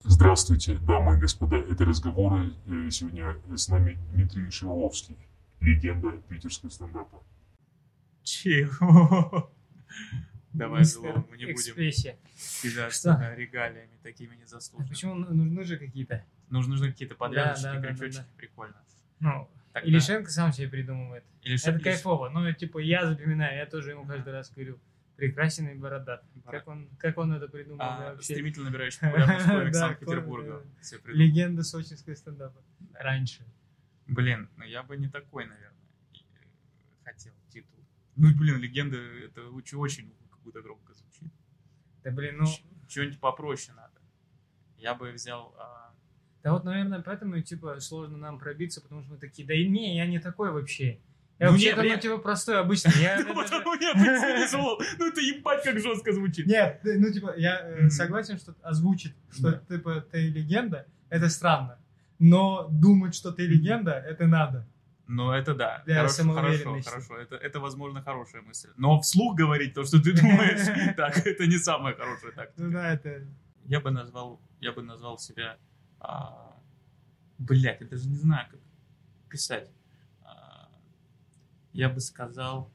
Здравствуйте, дамы и господа, это разговоры. Сегодня с нами Дмитрий Шиловский, легенда питерского стендапа. Чего? Давай Мистер зло, мы не будем Экспрессия. кидаться регалиями такими незаслуженными. Почему нужны же какие-то? Нужны какие-то подвязочки, Да. крючочки, прикольно. Ну, Тогда- или Шенко сам себе придумывает. Или Это или кайфово. Ну, типа, я запоминаю, я тоже ему каждый раз говорю. Прекрасен и бородат. Как он это придумал вообще? стремительно набирающий популярность комик Да, Санкт-Петербурга. комик, Всё придумал. Легенда сочинского стендапа. Раньше. Блин, ну я бы не такой, наверное, хотел титул. Ну, блин, легенда, это очень как будто громко звучит. Да, блин, ну... Чего-нибудь попроще надо. Я бы взял... Да вот, наверное, поэтому, типа, сложно нам пробиться, потому что мы такие, да и не, я не такой вообще. Я Ну, вообще не, такой, блин. типа, простой, обычный. Ну, потому я представил, ну это ебать как жестко звучит. Нет, ну, типа, я согласен, что озвучить, что, Да. типа, ты легенда, это странно. Но думать, что ты легенда, это надо. Ну, это да. Для Хорошо. самоуверенности. Это, возможно, хорошая мысль. Но вслух говорить то, что ты думаешь, так, это не самая хорошая Ну, тактика. да, это... Я бы назвал себя... Блять, я даже не знаю, как писать. Я бы сказал...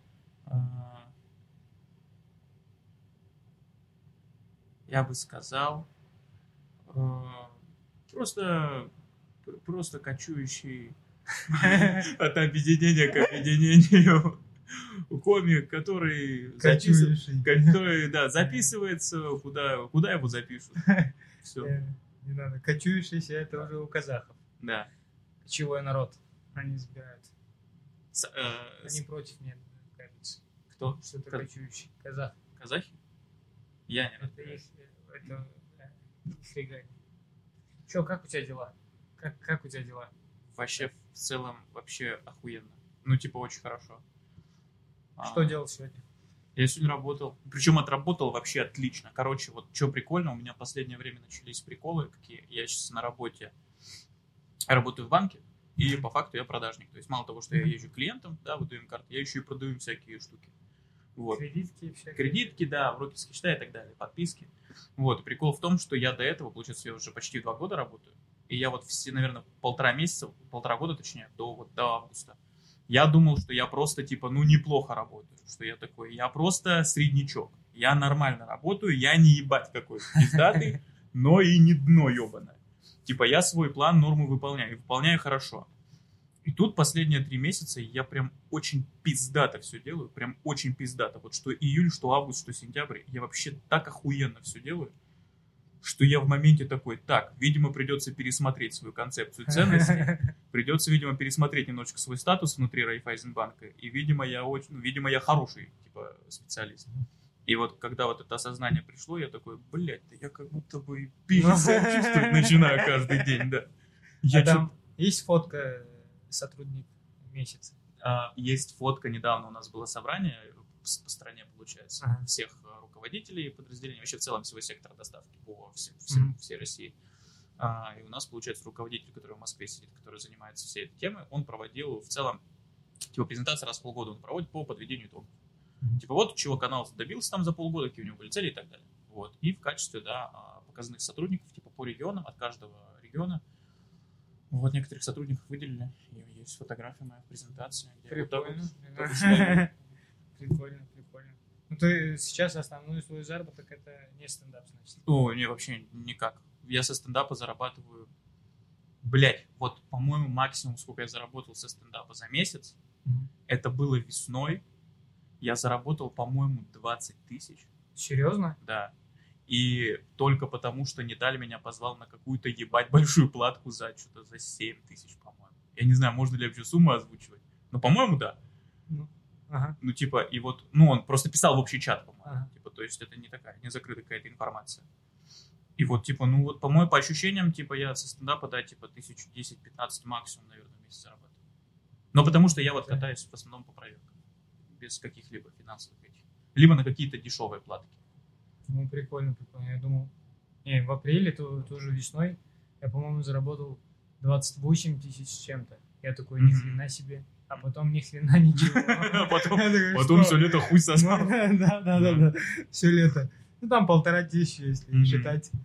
Просто кочующий от объединения к объединению комик, который Кочующий. записывается, куда его запишут. Все, Не надо. Кочующийся, это уже у казахов. да. Кочевой народ. Они избирают. С- Они против меня, кажется. Кто? Что это Каз- кочующий. Казах. Казахи? Я не Это разбираюсь. их регалии. Че, как у тебя дела? Как у тебя дела? Вообще, в целом, вообще охуенно. Ну, типа, очень хорошо. Что делал сегодня? Я сегодня работал. Причем отработал вообще отлично. Короче, вот что прикольно, у меня в последнее время начались приколы какие. Я сейчас на работе. Я работаю в банке, и по факту я продажник. То есть мало того, что я езжу клиентам, да, выдаю им карты, я еще и продаю им всякие штуки. Вот. Кредитки всякие. Кредитки, да, брокерские счета и так далее, подписки. Вот, и прикол в том, что я до этого, получается, я уже почти 2 года работаю. И я вот все, наверное, полтора года, точнее, до августа, я думал, что я просто, типа, неплохо работаю. Что я такой, я просто среднячок. Я нормально работаю, я не ебать какой пиздатый, но и не дно ебаное. Типа, я свой план, норму выполняю, и выполняю хорошо. И тут последние 3 месяца я прям очень пиздато все делаю, прям очень пиздато. Вот что июль, что август, что сентябрь, я вообще так охуенно все делаю, что я в моменте такой, так, видимо, придется пересмотреть свою концепцию ценностей, придется, видимо, пересмотреть немножечко свой статус внутри Райффайзенбанка, и, видимо, я хороший, типа, специалист. И вот, когда вот это осознание пришло, я такой, блядь, да я как будто бы пиздец чувствовать начинаю каждый день, да. Я А там есть фотка сотрудник месяца? Есть фотка, недавно у нас было собрание по стране, получается, Ага. всех руководителей подразделений, вообще в целом всего сектора доставки по всей России. И у нас, получается, руководитель, который в Москве сидит, который занимается всей этой темой, он проводил в целом, типа, презентации раз в полгода он проводит по подведению итогов. Типа, вот чего канал добился там за полгода, какие у него были цели и так далее. Вот. И в качестве, показанных сотрудников, типа, по регионам, от каждого региона, вот некоторых сотрудников выделили, и есть фотография моей презентации. Где вот так вот только себя Прикольно. Ну, ты сейчас основной свой заработок это не стендап, значит. не, вообще никак. Я со стендапа зарабатываю... вот, по-моему, максимум, сколько я заработал со стендапа за месяц, это было весной. Я заработал, по-моему, 20 тысяч. Серьезно? Да. И только потому, что Недаль меня позвал на какую-то ебать большую платку за что-то за 7 тысяч, по-моему. Я не знаю, можно ли вообще сумму озвучивать. Но, по-моему, да. Ага. Ну, типа, и вот, он просто писал в общий чат, по-моему. Ага. Типа, то есть это не закрытая какая-то информация. И вот, типа, по-моему, по ощущениям, типа, я со стендапа, да, типа, 1010-15 максимум, наверное, в месяц зарабатываю. Но потому что я вот катаюсь в основном по проверкам. Без каких-либо финансовых этих. Либо на какие-то дешевые платки. Ну, прикольно. Я думал... в апреле, тоже весной, я, по-моему, заработал 28 тысяч с чем-то. Я такой, ни хрена себе. А потом ни хрена ничего. Потом все лето хуй сосал. Да. Все лето. Ну, там 1500, если Мгм. считать.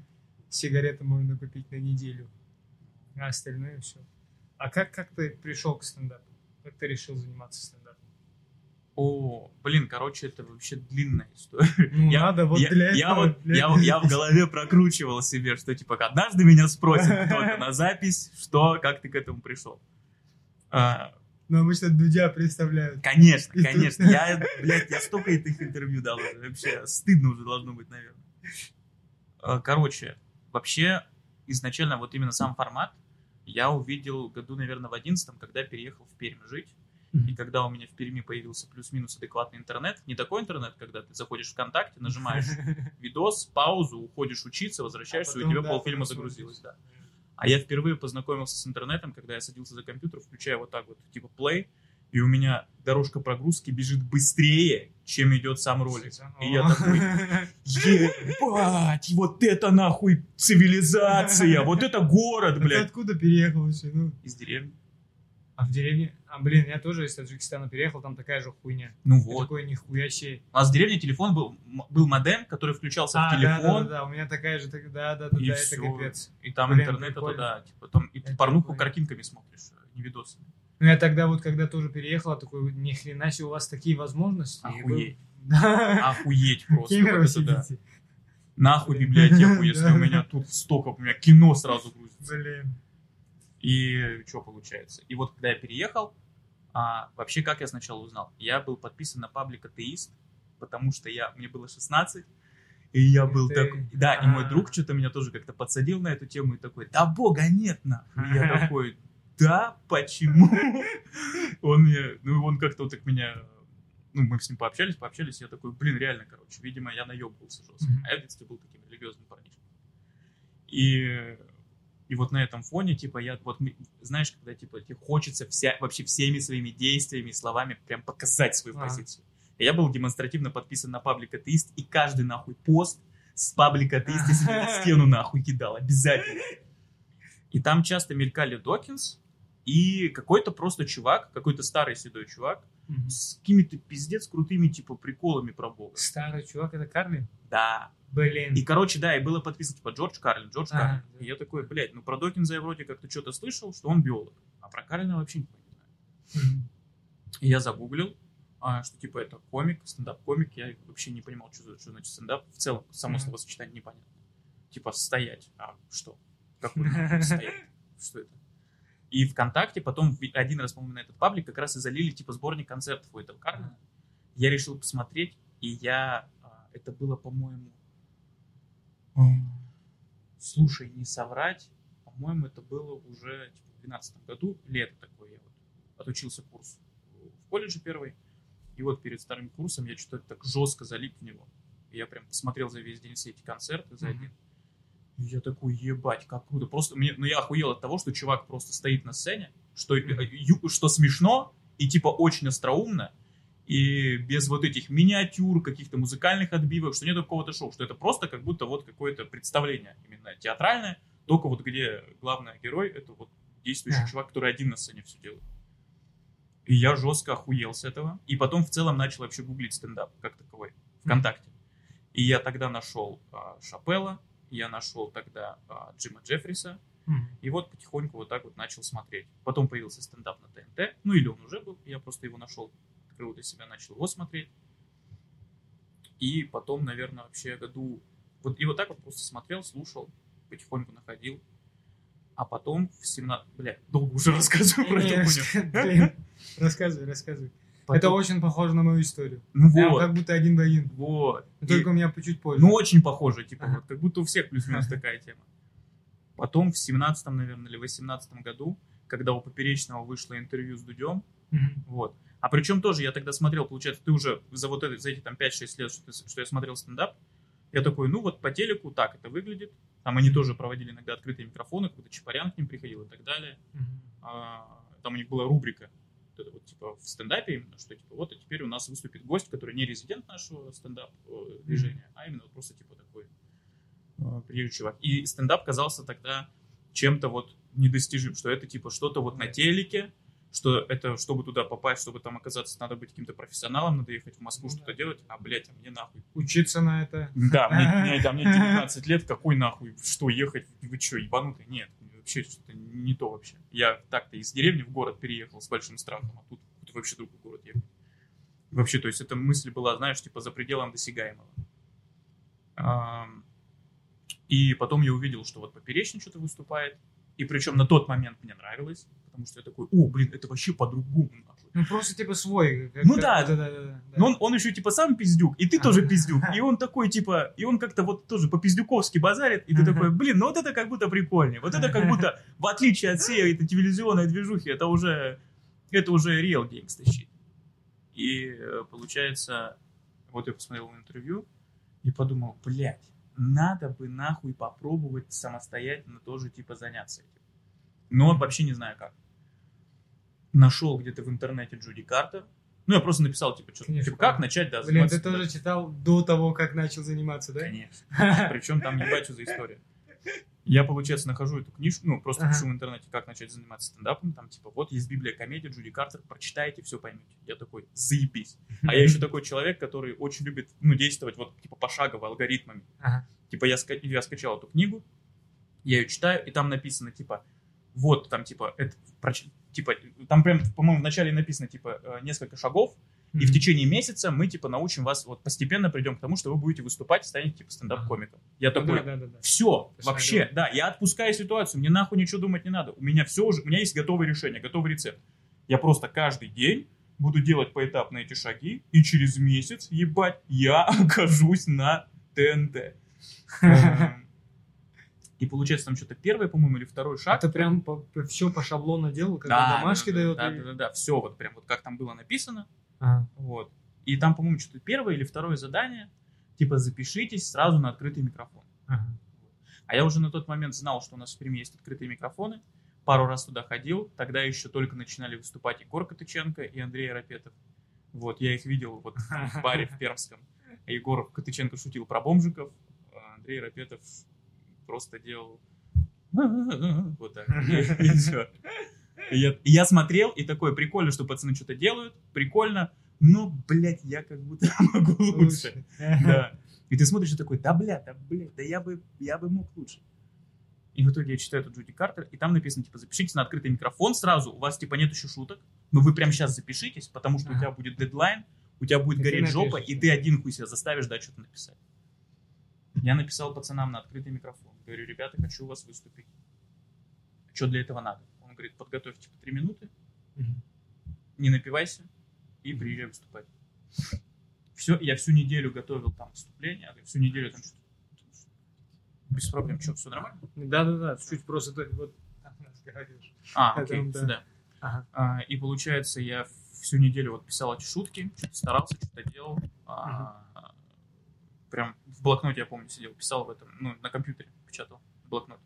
сигареты можно купить на неделю, а остальное все. А как ты пришел к стендапу? Как ты решил заниматься стендапом? Короче, это вообще длинная история. Ну, надо вот для этого. Я в голове прокручивал себе, что типа однажды меня спросят кто-то на запись, как ты к этому пришел. Ну, обычно Дудя представляют. Конечно. Я столько этих интервью дал уже. Вообще стыдно уже должно быть, наверное. Короче, вообще, изначально вот именно сам формат я увидел году, наверное, в 11-м, когда переехал в Пермь жить. И когда у меня в Перми появился плюс-минус адекватный интернет, не такой интернет, когда ты заходишь в ВКонтакте, нажимаешь видос, паузу, уходишь учиться, возвращаешься, и у тебя полфильма загрузилось, да. А я впервые познакомился с интернетом, когда я садился за компьютер, включая вот так вот, типа play, и у меня дорожка прогрузки бежит быстрее, чем идет сам ролик. И я такой, ебать, вот это нахуй цивилизация, вот это город, блядь. Ты откуда переехал вообще? Из деревни. А в деревне? Я тоже из Таджикистана переехал, там такая же хуйня. Ну вот. Такой нихуя себе. У нас в деревне телефон был модем, который включался в телефон. Да, у меня такая же, да, и это все. капец. И там интернет, это да, типа там, и ты порнуху прикольно. картинками смотришь, не видосы. Ну, я тогда вот, когда тоже переехала, такой, ни хрена себе, у вас такие возможности. Охуеть. Да. Охуеть просто. Кемерово Вот это да. сидите. Нахуй библиотеку, если у меня тут столько, у меня кино сразу грузится. Блин. И что получается? И вот когда я переехал, вообще как я сначала узнал? Я был подписан на паблик «Атеист», потому что мне было 16, и я был такой... Да, и мой друг что-то меня тоже как-то подсадил на эту тему и такой, да бога нет нахуй. И я такой, да, почему? Он как-то вот так меня... Ну, мы с ним пообщались, и я такой, блин, реально, короче, видимо, я наебывался жестко. А я в детстве был таким религиозным парнишком. И вот на этом фоне, типа, знаешь, когда, типа, тебе хочется вообще всеми своими действиями и словами прям показать свою позицию. И я был демонстративно подписан на паблик «Атеист», и каждый, нахуй, пост с паблика «Атеист» я себе на стену, нахуй, кидал, обязательно. И там часто мелькали Докинс и какой-то просто чувак, какой-то старый седой чувак, с какими-то пиздец крутыми, типа, приколами про Бога. Старый чувак, это Карлин? Да. Блин. И, короче, да, и было подписано, типа, Джордж Карлин. Да. И я такой, блядь, про Докинза я вроде как-то что-то слышал, что он биолог. А про Карлина вообще не знаю. И я загуглил, что, типа, это комик, стендап-комик. Я вообще не понимал, что значит стендап. В целом, само словосочетание непонятно. Типа, стоять. А что? Какой стоять? Что это? И ВКонтакте потом один раз, по-моему, на этот паблик как раз и залили, типа, сборник концертов у этого Карлина. Я решил посмотреть, и это было, по-моему... Слушай, не соврать, по-моему, это было уже типа, в 2012 году, лето такое, я вот отучился курс в колледже первый, и вот перед вторым курсом я что-то так жестко залип в него. И я прям посмотрел за весь день все эти концерты за один. И я такой, ебать, как круто. Просто я охуел от того, что чувак просто стоит на сцене, что смешно и типа очень остроумно, и без вот этих миниатюр, каких-то музыкальных отбивок, что нет какого-то шоу, что это просто как будто вот какое-то представление именно театральное, только вот где главный герой, это вот действующий чувак, который один на сцене все делает. И я жестко охуел с этого. И потом в целом начал вообще гуглить стендап как таковой, ВКонтакте. И я тогда нашел Шапелла, я нашел тогда Джима Джеффриса, и вот потихоньку вот так вот начал смотреть. Потом появился стендап на ТНТ, ну или он уже был, я просто его нашел. Открыл для себя, начал его смотреть. И потом, наверное, вообще году... И вот так вот просто смотрел, слушал, потихоньку находил. А потом в 17... долго уже рассказываю про эту хуйню. Рассказывай. Это очень похоже на мою историю. Ну прям вот. как будто один в один. Вот. Только у меня чуть позже. Ну, очень похоже, типа, вот, как будто у всех плюс-минус такая тема. Потом в 17-м, наверное, или 18-м году, когда у Поперечного вышло интервью с Дудем, вот. А причем тоже я тогда смотрел, получается, ты уже за эти там 5-6 лет, что я смотрел стендап, я такой, ну вот по телеку так это выглядит. Там они тоже проводили иногда открытые микрофоны, когда Чапарян к ним приходил и так далее. Там у них была рубрика, это вот типа в стендапе именно, что типа вот, а теперь у нас выступит гость, который не резидент нашего стендап-движения, а именно просто типа такой приезжий чувак. И стендап казался тогда чем-то вот недостижим, что это типа что-то вот на телеке, что это, чтобы туда попасть, чтобы там оказаться, надо быть каким-то профессионалом, надо ехать в Москву, что-то делать, а, блядь, а мне нахуй. Учиться на это. Да, мне 19 лет, какой нахуй, что ехать, вы что, ебанутые? Нет, вообще что-то не то вообще. Я так-то из деревни в город переехал с большим страхом, а тут вообще другой город ехать. Вообще, то есть эта мысль была, знаешь, типа за пределом досягаемого. И потом я увидел, что вот Поперечный что-то выступает. И причем на тот момент мне нравилось, потому что я такой, о, блин, это вообще по-другому, нахуй. Ну, просто типа свой. Ну да. Да. Но он еще типа сам пиздюк, и ты тоже пиздюк. И он такой, типа, и он как-то вот тоже по-пиздюковски базарит, и ты такой, блин, ну вот это как будто прикольнее. Вот это как будто, в отличие от всей этой телевизионной движухи, это уже real gangsta shit. И получается, вот я посмотрел интервью и подумал, блядь, надо бы нахуй попробовать самостоятельно тоже типа заняться этим. Но вообще не знаю как. Нашел где-то в интернете Джуди Картер. Ну, я просто написал, типа, что, типа, как начать, да, Блин, заниматься. ты тоже читал до того, как начал заниматься, да? Конечно. Причем там ебать, что за история. Я, получается, нахожу эту книжку, ну, просто пишу в интернете, как начать заниматься стендапом. Там, типа, вот есть Библия комедия, Джуди Картер, прочитайте, все поймете. Я такой, заебись. А я еще такой человек, который очень любит, ну, действовать вот, типа, пошагово, алгоритмами. Типа, я скачал эту книгу, я ее читаю, и там написано, типа, вот, там, типа, это, типа, там прям, по-моему, в начале написано, типа, несколько шагов, и в течение месяца мы, типа, научим вас, вот, постепенно придем к тому, что вы будете выступать и станете, типа, стендап-комиком. Я такой, все, вообще, да, я отпускаю ситуацию, мне нахуй ничего думать не надо, у меня все уже, у меня есть готовое решение, готовый рецепт. Я просто каждый день буду делать поэтапно эти шаги, и через месяц, ебать, я окажусь на ТНТ. И получается там что-то первый, по-моему, или второй шаг. А ты прям все по шаблону делал, когда домашки дают? Да, все вот прям вот как там было написано. Ага. Вот. И там, по-моему, что-то первое или второе задание, типа запишитесь сразу на открытый микрофон. Ага. А я уже на тот момент знал, что у нас в Перми есть открытые микрофоны. Пару раз туда ходил. Тогда еще только начинали выступать Егор Котыченко и Андрей Арапетов. Вот, я их видел вот в баре в Пермском. Егор Котыченко шутил про бомжиков, а Андрей Арапетов просто делал вот так. И все. И я смотрел, и такой, прикольно, что пацаны что-то делают, прикольно, но, блядь, я как будто могу лучше. Да. И ты смотришь и такой, да я бы мог лучше. И в итоге я читаю эту Джуди Картер, и там написано, типа, запишитесь на открытый микрофон сразу, у вас, типа, нет еще шуток, но вы прямо сейчас запишитесь, потому что у тебя будет дедлайн, у тебя будет гореть жопа, и ты один хуй себя заставишь, да, что-то написать. Я написал пацанам на открытый микрофон. Говорю, ребята, хочу у вас выступить. Что для этого надо? Он говорит, подготовь типа 3 минуты, не напивайся и приезжай выступать. Все, я всю неделю готовил там выступление, всю неделю там что-то. Без проблем, что, все нормально? Да, чуть просто вот разговариваешь. Окей, сюда. Ага. И получается, я всю неделю вот писал эти шутки, что-то старался, что-то делал. Прям в блокноте, я помню, сидел, писал в этом, ну, на компьютере печатал блокнот.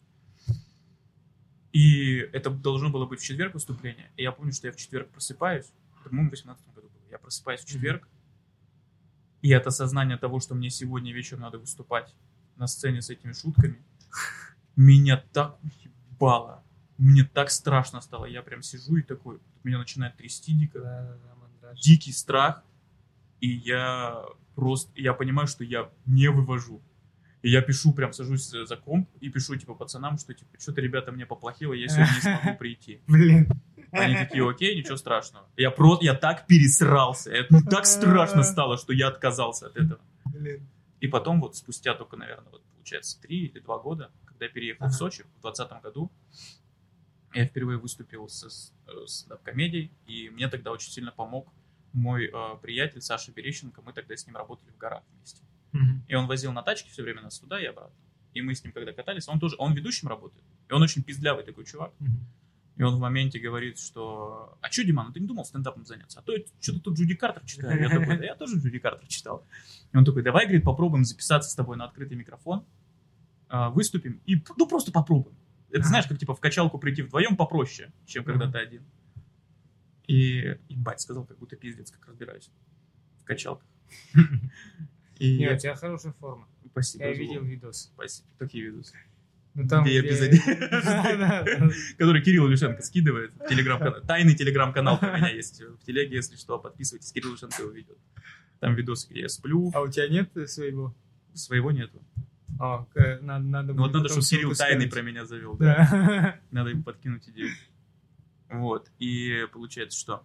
И это должно было быть в четверг выступление. И я помню, что я в четверг просыпаюсь, это, по-моему, в 2018 году было. Я просыпаюсь в четверг, и от осознания того, что мне сегодня вечером надо выступать на сцене с этими шутками, меня так уебало. Мне так страшно стало. Я прям сижу и такой, меня начинает трясти дико. Дикий страх. И я понимаю, что я не вывожу. И я пишу, прям сажусь за комп и пишу, типа, пацанам, что, типа, что-то, ребята, мне поплохело, я сегодня не смогу прийти. Блин. Они такие, окей, ничего страшного. Я так пересрался, это так страшно стало, что я отказался от этого. Блин. И потом вот спустя только, наверное, вот получается 3 или 2 года, когда я переехал в Сочи в 2020 году, я впервые выступил с стендап-комедией, и мне тогда очень сильно помог мой приятель Саша Берещенко, мы тогда с ним работали в горах вместе. И он возил на тачке все время нас туда и обратно. И мы с ним когда катались, он ведущим работает, и он очень пиздлявый такой чувак. И он в моменте говорит, что а что, Диман, ты не думал стендапом заняться? А то что-то тут Джуди Картер читаю. Я такой, да я тоже Джуди Картер читал. И он такой, давай, говорит, попробуем записаться с тобой на открытый микрофон, выступим и, ну, просто попробуем. Это знаешь, как типа в качалку прийти вдвоем попроще, чем когда ты один. И бать, сказал, как будто пиздец, как разбираюсь в качалках. Нет, у тебя хорошая форма. Спасибо. Я видел видосы. Спасибо. Какие видосы? Ну, там, где я где- без одежды. Да. Который Кирилл Лишенко скидывает в телеграм-канал. Тайный телеграм-канал у меня есть в телеге, если что, подписывайтесь, Кирилл Лишенко его ведет. Там видосы, где я сплю, А у тебя нет своего? своего нету. Надо Ну вот будет надо, потом чтобы Кирилл ссылку тайный скинуть. про меня завел. Да. Да. Надо ему подкинуть идею. Вот, и получается, что...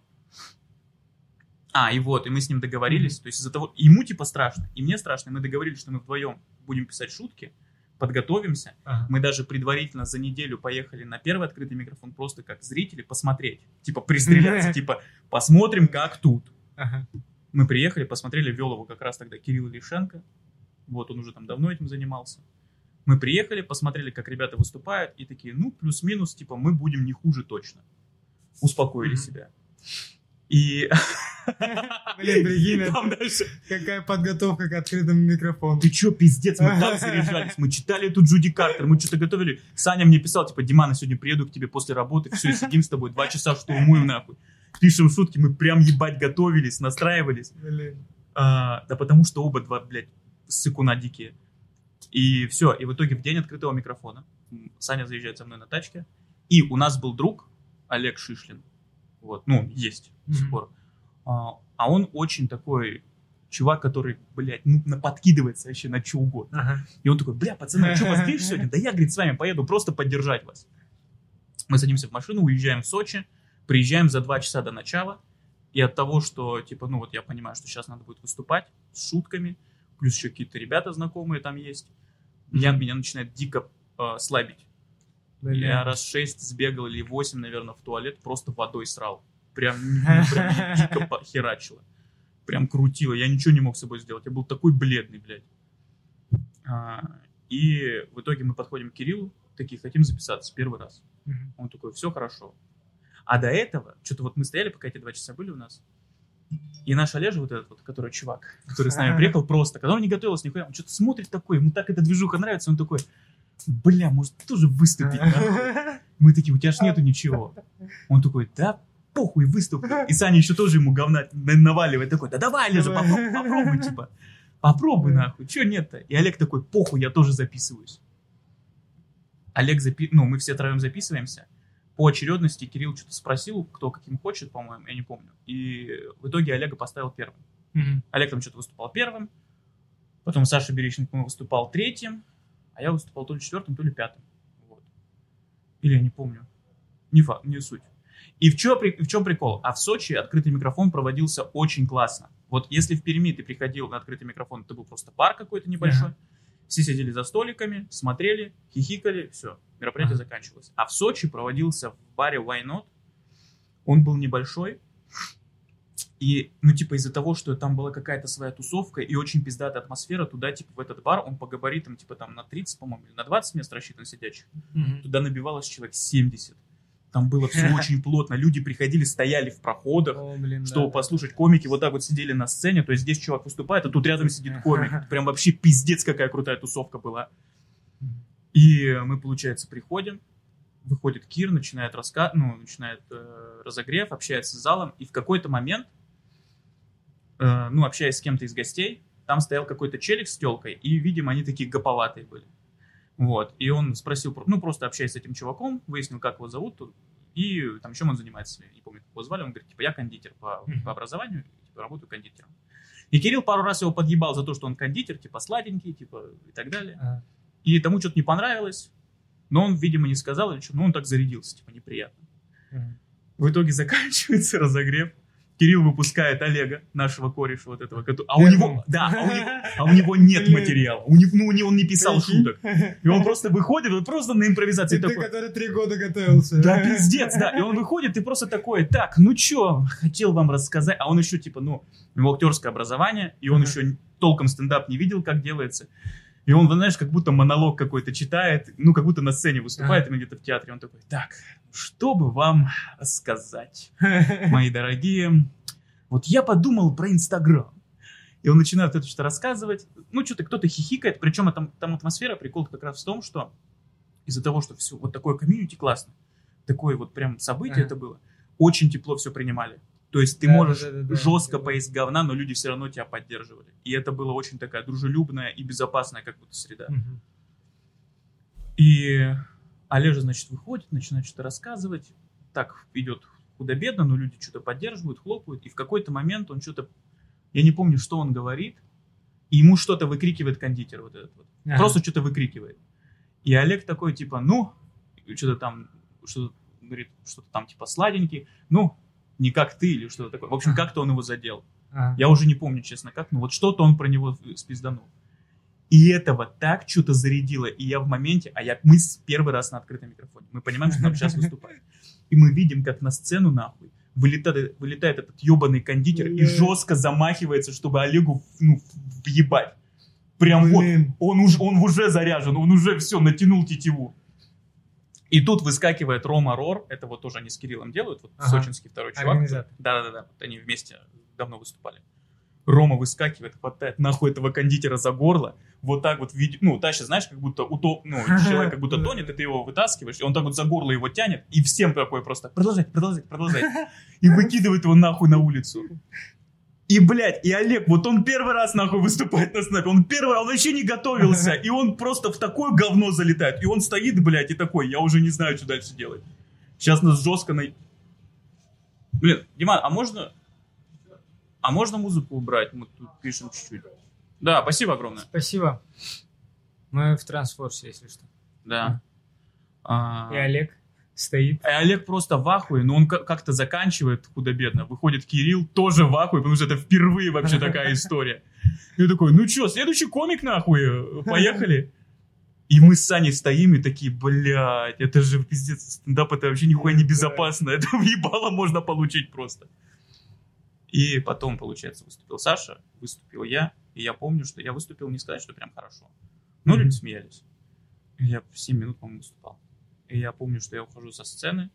И мы с ним договорились, то есть из-за того... Ему типа страшно, и мне страшно, и мы договорились, что мы вдвоем будем писать шутки, подготовимся. Ага. Мы даже предварительно за неделю поехали на первый открытый микрофон просто как зрители посмотреть. Типа пристреляться, типа посмотрим, как тут. Ага. Мы приехали, посмотрели, вел его как раз тогда Кирилл Лишенко. Вот он уже там давно этим занимался. Мы приехали, посмотрели, как ребята выступают, и такие, плюс-минус, типа, мы будем не хуже точно. Успокоили себя. И... Блин, прикинь, Там дальше... какая подготовка к открытому микрофону. Ты чё, пиздец, мы так заряжались, мы читали эту Джуди Картер, мы что-то готовили. Саня мне писал, типа, Диман, я сегодня приеду к тебе после работы, все, сидим с тобой, 2 часа штурмуем нахуй. Пишем шутки, мы прям ебать готовились, настраивались. Блин. Да потому что оба два, блядь, ссыкуна дикие. И все, и в итоге в день открытого микрофона Саня заезжает со мной на тачке, и у нас был друг Олег Шишлин, вот, есть до сих пор. А он очень такой чувак, который, блядь, подкидывается вообще на что угодно. Ага. И он такой, пацаны, что, вас здесь сегодня? Да я, говорит, с вами поеду просто поддержать вас. Мы садимся в машину, уезжаем в Сочи, приезжаем за 2 часа до начала, и от того, что, типа, я понимаю, что сейчас надо будет выступать с шутками, плюс еще какие-то ребята знакомые там есть, меня начинает дико слабить. Блин. Я раз 6 сбегал или 8, наверное, в туалет, просто водой срал. Прям меня дико херачило. Прям крутило. Я ничего не мог с собой сделать. Я был такой бледный, блядь. И в итоге мы подходим к Кириллу, такие, хотим записаться первый раз. Он такой, все хорошо. А до этого, что-то мы стояли, пока эти 2 часа были у нас, и наш Олежа, вот этот который чувак, который с нами приехал просто, когда он не готовился нихуя, он что-то смотрит такой, ему так эта движуха нравится, он такой, может тоже выступить, нахуй? Мы такие, у тебя ж нету ничего. Он такой, да похуй, выступлю. И Саня еще тоже ему говна наваливает, такой, да давай, Олежа, попробуй, типа. Попробуй, нахуй, че нет-то? И Олег такой, похуй, я тоже записываюсь. Олег мы все троем записываемся. По очередности Кирилл что-то спросил, кто каким хочет, по-моему, я не помню. И в итоге Олега поставил первым. Олег там что-то выступал первым, потом Саша Берещенко выступал третьим, а я выступал то ли 4-м, то ли 5-м. Вот. Или я не помню. Не факт, не суть. И в чем прикол? А в Сочи открытый микрофон проводился очень классно. Вот если в Перми ты приходил на открытый микрофон, это был просто бар какой-то небольшой, все сидели за столиками, смотрели, хихикали, все, мероприятие заканчивалось. А в Сочи проводился в баре Why Not. Он был небольшой. И, из-за того, что там была какая-то своя тусовка и очень пиздатая атмосфера, туда, в этот бар, он по габаритам, там на 30, по-моему, или на 20 мест рассчитан сидячих. Туда набивалось человек 70. Там было все очень плотно. Люди приходили, стояли в проходах, чтобы послушать. Комики вот так вот сидели на сцене. То есть здесь чувак выступает, а тут рядом сидит комик. Прям вообще пиздец какая крутая тусовка была. И мы, получается, приходим. Выходит Кир, начинает разогрев, общается с залом. И в какой-то момент, общаясь с кем-то из гостей, там стоял какой-то челик с телкой. И, видимо, они такие гоповатые были. Вот, и он спросил, просто общаясь с этим чуваком, выяснил, как его зовут, и там чем он занимается, не помню, как его звали, он говорит, я кондитер по образованию, работаю кондитером. И Кирилл пару раз его подъебал за то, что он кондитер, сладенький, и так далее. И тому что-то не понравилось, но он, видимо, не сказал или что, он так зарядился, неприятно. В итоге заканчивается разогрев. Кирилл выпускает Олега, нашего кореша вот этого, у него нет материала, он не писал шуток. И он просто выходит, просто на импровизации такой. Ты, который 3 года готовился. Да, пиздец, да. И он выходит, и просто такой, так, чё, хотел вам рассказать. А он еще, у него актерское образование, и он еще толком стендап не видел, как делается. И он, знаешь, как будто монолог какой-то читает, как будто на сцене выступает, или где-то в театре. Он такой, так, что бы вам рассказать, мои дорогие? Вот я подумал про Инстаграм. И он начинает это что-то рассказывать. Что-то кто-то хихикает. Причем там атмосфера, прикол как раз в том, что из-за того, что все вот такое комьюнити классно, такое вот прям событие это было, очень тепло все принимали. То есть ты можешь жестко поесть говна, но люди все равно тебя поддерживали. И это была очень такая дружелюбная и безопасная как будто среда. И Олежа, значит, выходит, начинает что-то рассказывать. Так идет худо-бедно, но люди что-то поддерживают, хлопают. И в какой-то момент он что-то... Я не помню, что он говорит. И ему что-то выкрикивает кондитер вот этот вот. Ага. Просто что-то выкрикивает. И Олег такой, типа, ну... Что-то там... Что-то говорит, что-то там, типа, сладенький. Ну, не как ты или что-то такое. В общем, как-то он его задел. Ага. Я уже не помню, честно, как. Но вот что-то он про него спизданул. И этого так что-то зарядило. И я в моменте... мы первый раз на открытом микрофоне. Мы понимаем, что нам сейчас выступать. И мы видим, как на сцену, нахуй, вылетает этот ебаный кондитер и жестко замахивается, чтобы Олегу, въебать. Прям Блин. вот. Он уже заряжен. Он уже все, натянул тетиву. И тут выскакивает Рома Рор. Это вот тоже они с Кириллом делают. Вот сочинский второй чувак. Организатор. Да. Вот они вместе давно выступали. Рома выскакивает, хватает нахуй этого кондитера за горло, вот так вот, тащит, знаешь, как будто человек как будто тонет, и ты его вытаскиваешь, и он так вот за горло его тянет, и всем такой просто продолжать, и выкидывает его нахуй на улицу. И, блядь, и Олег, вот он первый раз нахуй выступает на снэпе, он вообще не готовился, и он просто в такое говно залетает, и он стоит, блядь, и такой, я уже не знаю, что дальше делать. Сейчас нас жестко Блин, Диман, а можно музыку убрать? Мы тут пишем чуть-чуть. Да, спасибо огромное. Спасибо. Мы в трансфорсе, если что. Да. И Олег стоит. И Олег просто в ахуе, но он как-то заканчивает худо-бедно. Выходит Кирилл, тоже в ахуе, потому что это впервые вообще такая история. И он такой, ну чё, следующий комик нахуй, поехали. И мы с Саней стоим и такие, блядь, это же пиздец, стендап это вообще нихуя не безопасно. Это въебало можно получить просто. И потом, получается, выступил Саша, выступил я. И я помню, что я выступил, не сказать, что прям хорошо. Но люди смеялись. Я 7 минут, по-моему, выступал. И я помню, что я ухожу со сцены.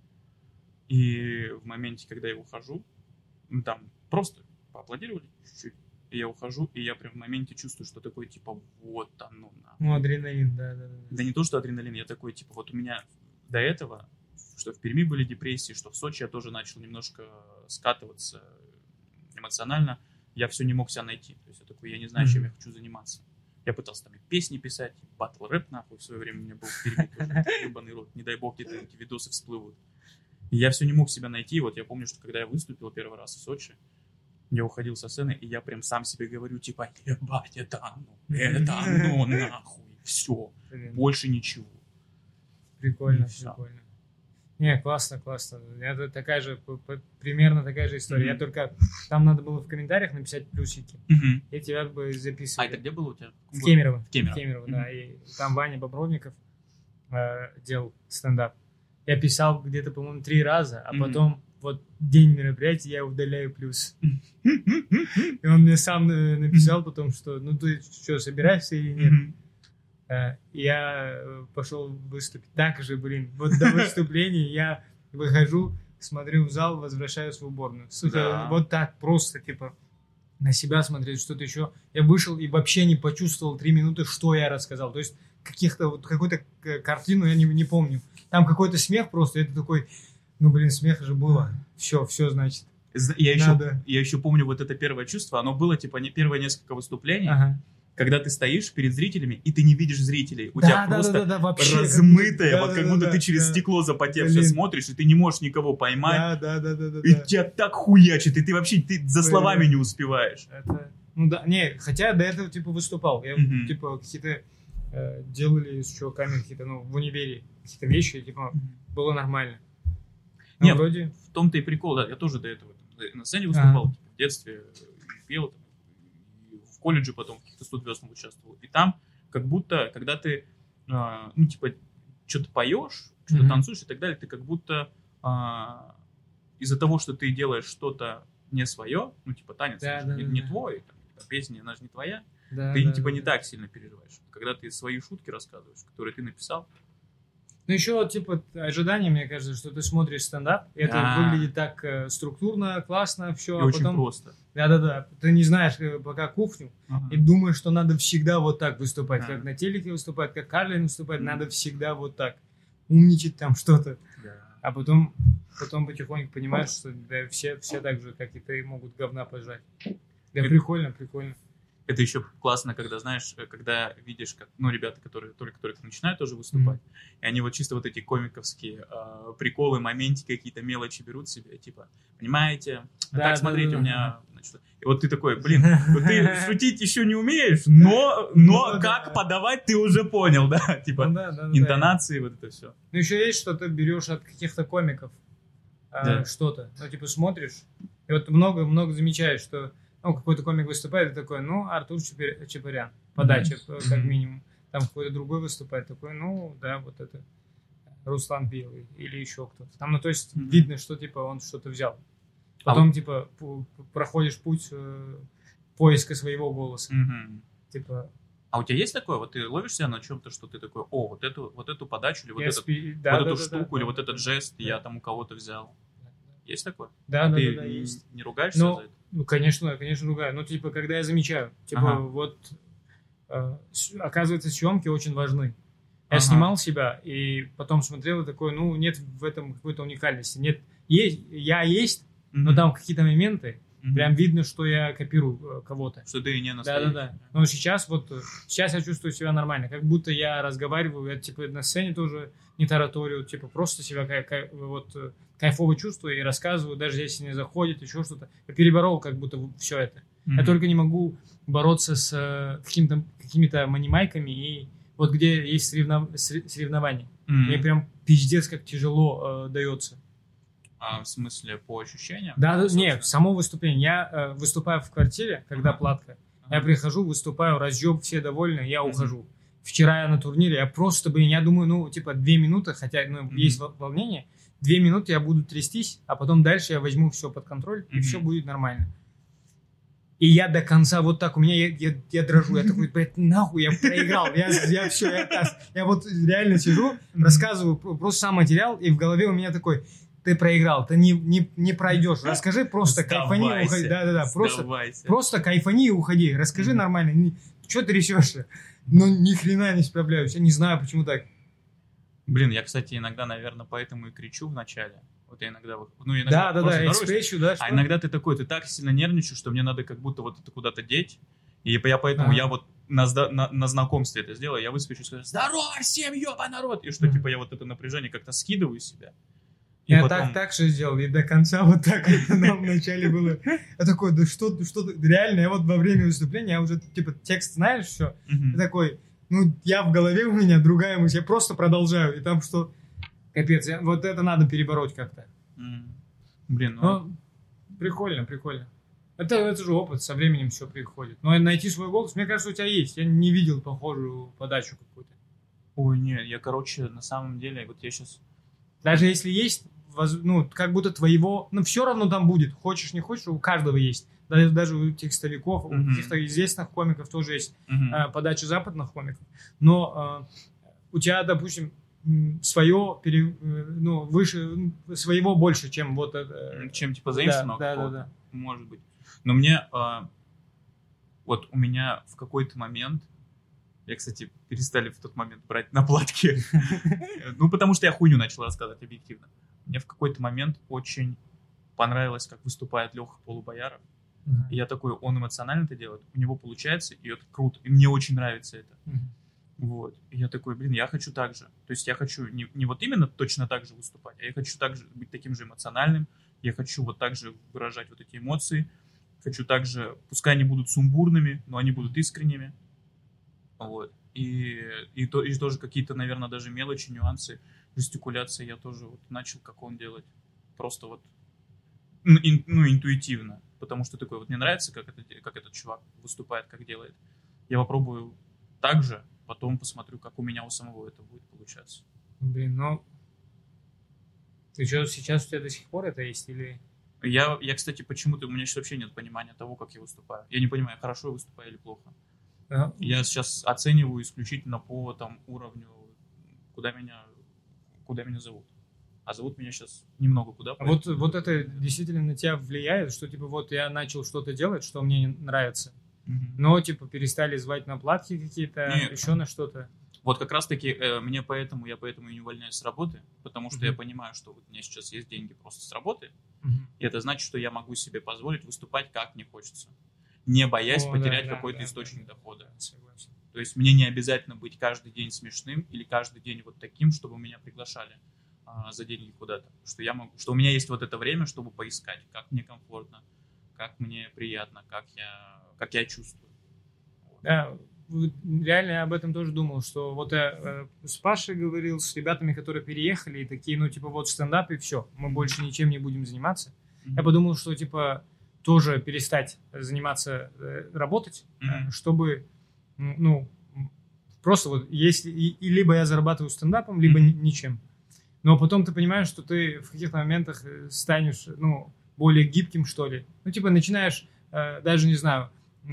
И в моменте, когда я ухожу, там просто поаплодировали чуть-чуть. И я ухожу, и я прям в моменте чувствую, что такое, типа, вот оно нахуй. Ну, адреналин, да. Да не то, что адреналин, я такой, типа, вот у меня до этого, что в Перми были депрессии, что в Сочи я тоже начал немножко скатываться эмоционально, я все не мог себя найти. То есть я такой, я не знаю, чем я хочу заниматься. Я пытался там и песни писать, и батл-рэп, нахуй, в свое время у меня был в Перми тоже, ебаный рот, не дай бог, где-то эти видосы всплывут. И я все не мог себя найти. Вот я помню, что когда я выступил первый раз в Сочи, я уходил со сцены, и я прям сам себе говорю, типа, ебать, это оно, нахуй, все, больше ничего. Прикольно. Не, классно. Это примерно такая же история. Я только, там надо было в комментариях написать плюсики. И тебя бы записывали. А это где было у тебя? В Кемерово. В Кемерово, да. И там Ваня Бобровников делал стендап. Я писал где-то, по-моему, 3 раза, а потом вот день мероприятия я удаляю плюс. И он мне сам написал потом, что ну ты что, собираешься или нет? Я пошел выступить. Так же, вот до выступления я выхожу, смотрю в зал, возвращаюсь в уборную. Сука, вот так просто, типа, на себя смотреть, что-то еще. Я вышел и вообще не почувствовал 3 минуты, что я рассказал. То есть какую-то картину я не помню. Там какой-то смех просто, это такой, смеха же было. Все, значит. Я еще помню вот это первое чувство, оно было, типа, первые несколько выступлений, когда ты стоишь перед зрителями, и ты не видишь зрителей. У тебя просто размытое, вот как будто ты через стекло запотевшее смотришь, и ты не можешь никого поймать. И тебя так хуячит, и ты вообще за словами не успеваешь. Хотя до этого, типа, выступал. Я, типа, какие-то делали с чуваками какие-то, в универе какие-то вещи, типа, было нормально. Не, вроде в том-то и прикол, да, я тоже до этого на сцене выступал, типа, в детстве пел, там, в колледже потом в каких-то студвёснах участвовал. И там, как будто, когда ты, что-то поешь, что-то танцуешь и так далее, ты как будто из-за того, что ты делаешь что-то не свое, танец не твой, песня, она же не твоя, ты не так сильно переживаешь. Когда ты свои шутки рассказываешь, которые ты написал. Еще, ожидание, мне кажется, что ты смотришь стендап, и это выглядит так структурно, классно, все. И а очень потом... просто. Да. Ты не знаешь пока кухню, и думаешь, что надо всегда вот так выступать, как на телеке выступать, как Карлин выступает, надо всегда вот так умничать там что-то. А потом потихоньку понимаешь, что все так же, как и ты, могут говна пожрать. Да, прикольно. Это еще классно, когда, знаешь, когда видишь, как, ну, ребята, которые только начинают тоже выступать, и они вот чисто вот эти комиковские приколы, моментики, какие-то мелочи берут себе, типа, понимаете? Так, смотрите, у меня... Значит, и вот ты такой, блин, ты шутить еще не умеешь, но как подавать ты уже понял, да? Типа, интонации, вот это все. Ну, еще есть, что ты берешь от каких-то комиков что-то. Ну, типа, смотришь, и вот много замечаешь, что какой-то комик выступает, и такой, Артур Чапарян, подача, как минимум. Там какой-то другой выступает, такой, да, вот это Руслан Белый или еще кто-то. Там, ну, то есть, видно, что, типа, он что-то взял. Потом, типа, проходишь путь поиска своего голоса. Типа... А у тебя есть такое? Вот ты ловишь себя на чем-то, что ты такой, вот эту подачу, или вот эту штуку, или вот этот жест я там у кого-то взял. Есть такое? Да, ты есть. Не ругаешься за это? Ну, конечно, ругаю. Ну, типа, когда я замечаю, типа, вот, оказывается, съемки очень важны. Я снимал себя, и потом смотрел, и такой, нет в этом какой-то уникальности. Нет, есть, но там какие-то моменты, прям видно, что я копирую кого-то. Что ты не настоящий. Да. Но сейчас я чувствую себя нормально. Как будто я разговариваю, я, типа, на сцене тоже не тараторю, типа, просто себя кайфово чувствую и рассказываю, даже если не заходит, еще что-то. Я переборол как будто все это. Я только не могу бороться с какими-то манимайками, и вот где есть соревнования. Мне прям пиздец как тяжело дается. А в смысле, по ощущениям? Да, нет, само выступление. Я выступаю в квартире, когда платка. Я прихожу, выступаю, разъеб, все довольны, я ухожу. Вчера я на турнире, я просто, я думаю, 2 минуты, хотя есть волнение, 2 минуты я буду трястись, а потом дальше я возьму все под контроль, и все будет нормально. И я до конца вот так, у меня, я дрожу, я такой, блядь, нахуй, я проиграл, я все, я вот реально сижу, рассказываю просто сам материал, и в голове у меня такой... Ты проиграл, ты не пройдешь. Расскажи, просто кайфани и уходи. Да. Просто кайфани и уходи. Расскажи нормально. Чего ты трясешься? Ни хрена не справляюсь. Я не знаю, почему так. Блин, я, кстати, иногда, наверное, поэтому и кричу в начале. Вот я иногда экспрессию, да. А иногда ты так сильно нервничаешь, что мне надо как будто вот это куда-то деть. И я поэтому я вот на знакомстве это сделаю, я выскочу и скажу: здорово всем, ёба народ! И что, типа, я вот это напряжение как-то скидываю с себя. Я потом... так же сделал, и до конца вот так нам вначале было. Я такой, да что реально, я вот во время выступления, я уже, типа, текст знаешь, все. Я такой, я в голове у меня другая мысль, я просто продолжаю, и там что, капец, вот это надо перебороть как-то. Блин, прикольно. Это же опыт, со временем все приходит. Но найти свой голос, мне кажется, у тебя есть. Я не видел похожую подачу какую-то. Ой, нет, я, на самом деле, вот я сейчас... Даже если есть, как будто твоего, все равно там будет. Хочешь, не хочешь, у каждого есть. Даже у текстовиков, у каких-то известных комиков тоже есть подача западных комиков. Но у тебя, допустим, свое, выше, своего больше, чем вот это. Чем типа заимствованного какого-то. Да. Может быть. Но мне, вот у меня в какой-то момент, я, кстати, перестали в тот момент брать на платки, потому что я хуйню начал рассказывать объективно. Мне в какой-то момент очень понравилось, как выступает Леха Полубояров. И я такой, он эмоционально это делает, у него получается, и это круто, и мне очень нравится это. Вот. И я такой, я хочу так же. То есть я хочу не вот именно точно так же выступать, а я хочу также быть таким же эмоциональным, я хочу вот так же выражать вот эти эмоции, хочу также, пускай они будут сумбурными, но они будут искренними. Вот. И тоже какие-то, наверное, даже мелочи, нюансы, жестикуляции я тоже вот начал, как он делать. Просто вот, интуитивно. Потому что такой вот мне нравится, как этот чувак выступает, как делает. Я попробую так же, потом посмотрю, как у меня у самого это будет получаться. Блин, ты что, сейчас у тебя до сих пор это есть или... Я, кстати, почему-то у меня сейчас вообще нет понимания того, как я выступаю. Я не понимаю, хорошо я выступаю или плохо. Я сейчас оцениваю исключительно по уровню, куда меня зовут. А зовут меня сейчас немного куда. Вот это действительно на тебя влияет, что типа вот я начал что-то делать, что мне нравится, но типа перестали звать на платки какие-то, еще на что-то. Вот как раз-таки я поэтому и не увольняюсь с работы, потому что я понимаю, что вот у меня сейчас есть деньги просто с работы, и это значит, что я могу себе позволить выступать как мне хочется. не боясь О, потерять да, какой-то да, источник да. дохода. Согласен. То есть мне не обязательно быть каждый день смешным или каждый день вот таким, чтобы меня приглашали за деньги куда-то. Что я могу, что у меня есть вот это время, чтобы поискать, как мне комфортно, как мне приятно, как я чувствую. Вот. Да, реально я об этом тоже думал, что вот я с Пашей говорил, с ребятами, которые переехали, и такие, ну, типа, вот стендап, и все, мы больше ничем не будем заниматься. Я подумал, что, типа, тоже перестать заниматься, работать, чтобы, ну, просто вот, если, и либо я зарабатываю стендапом, либо ничем. Но потом ты понимаешь, что ты в каких-то моментах станешь, ну, более гибким, что ли. Ну, типа, начинаешь, даже, не знаю,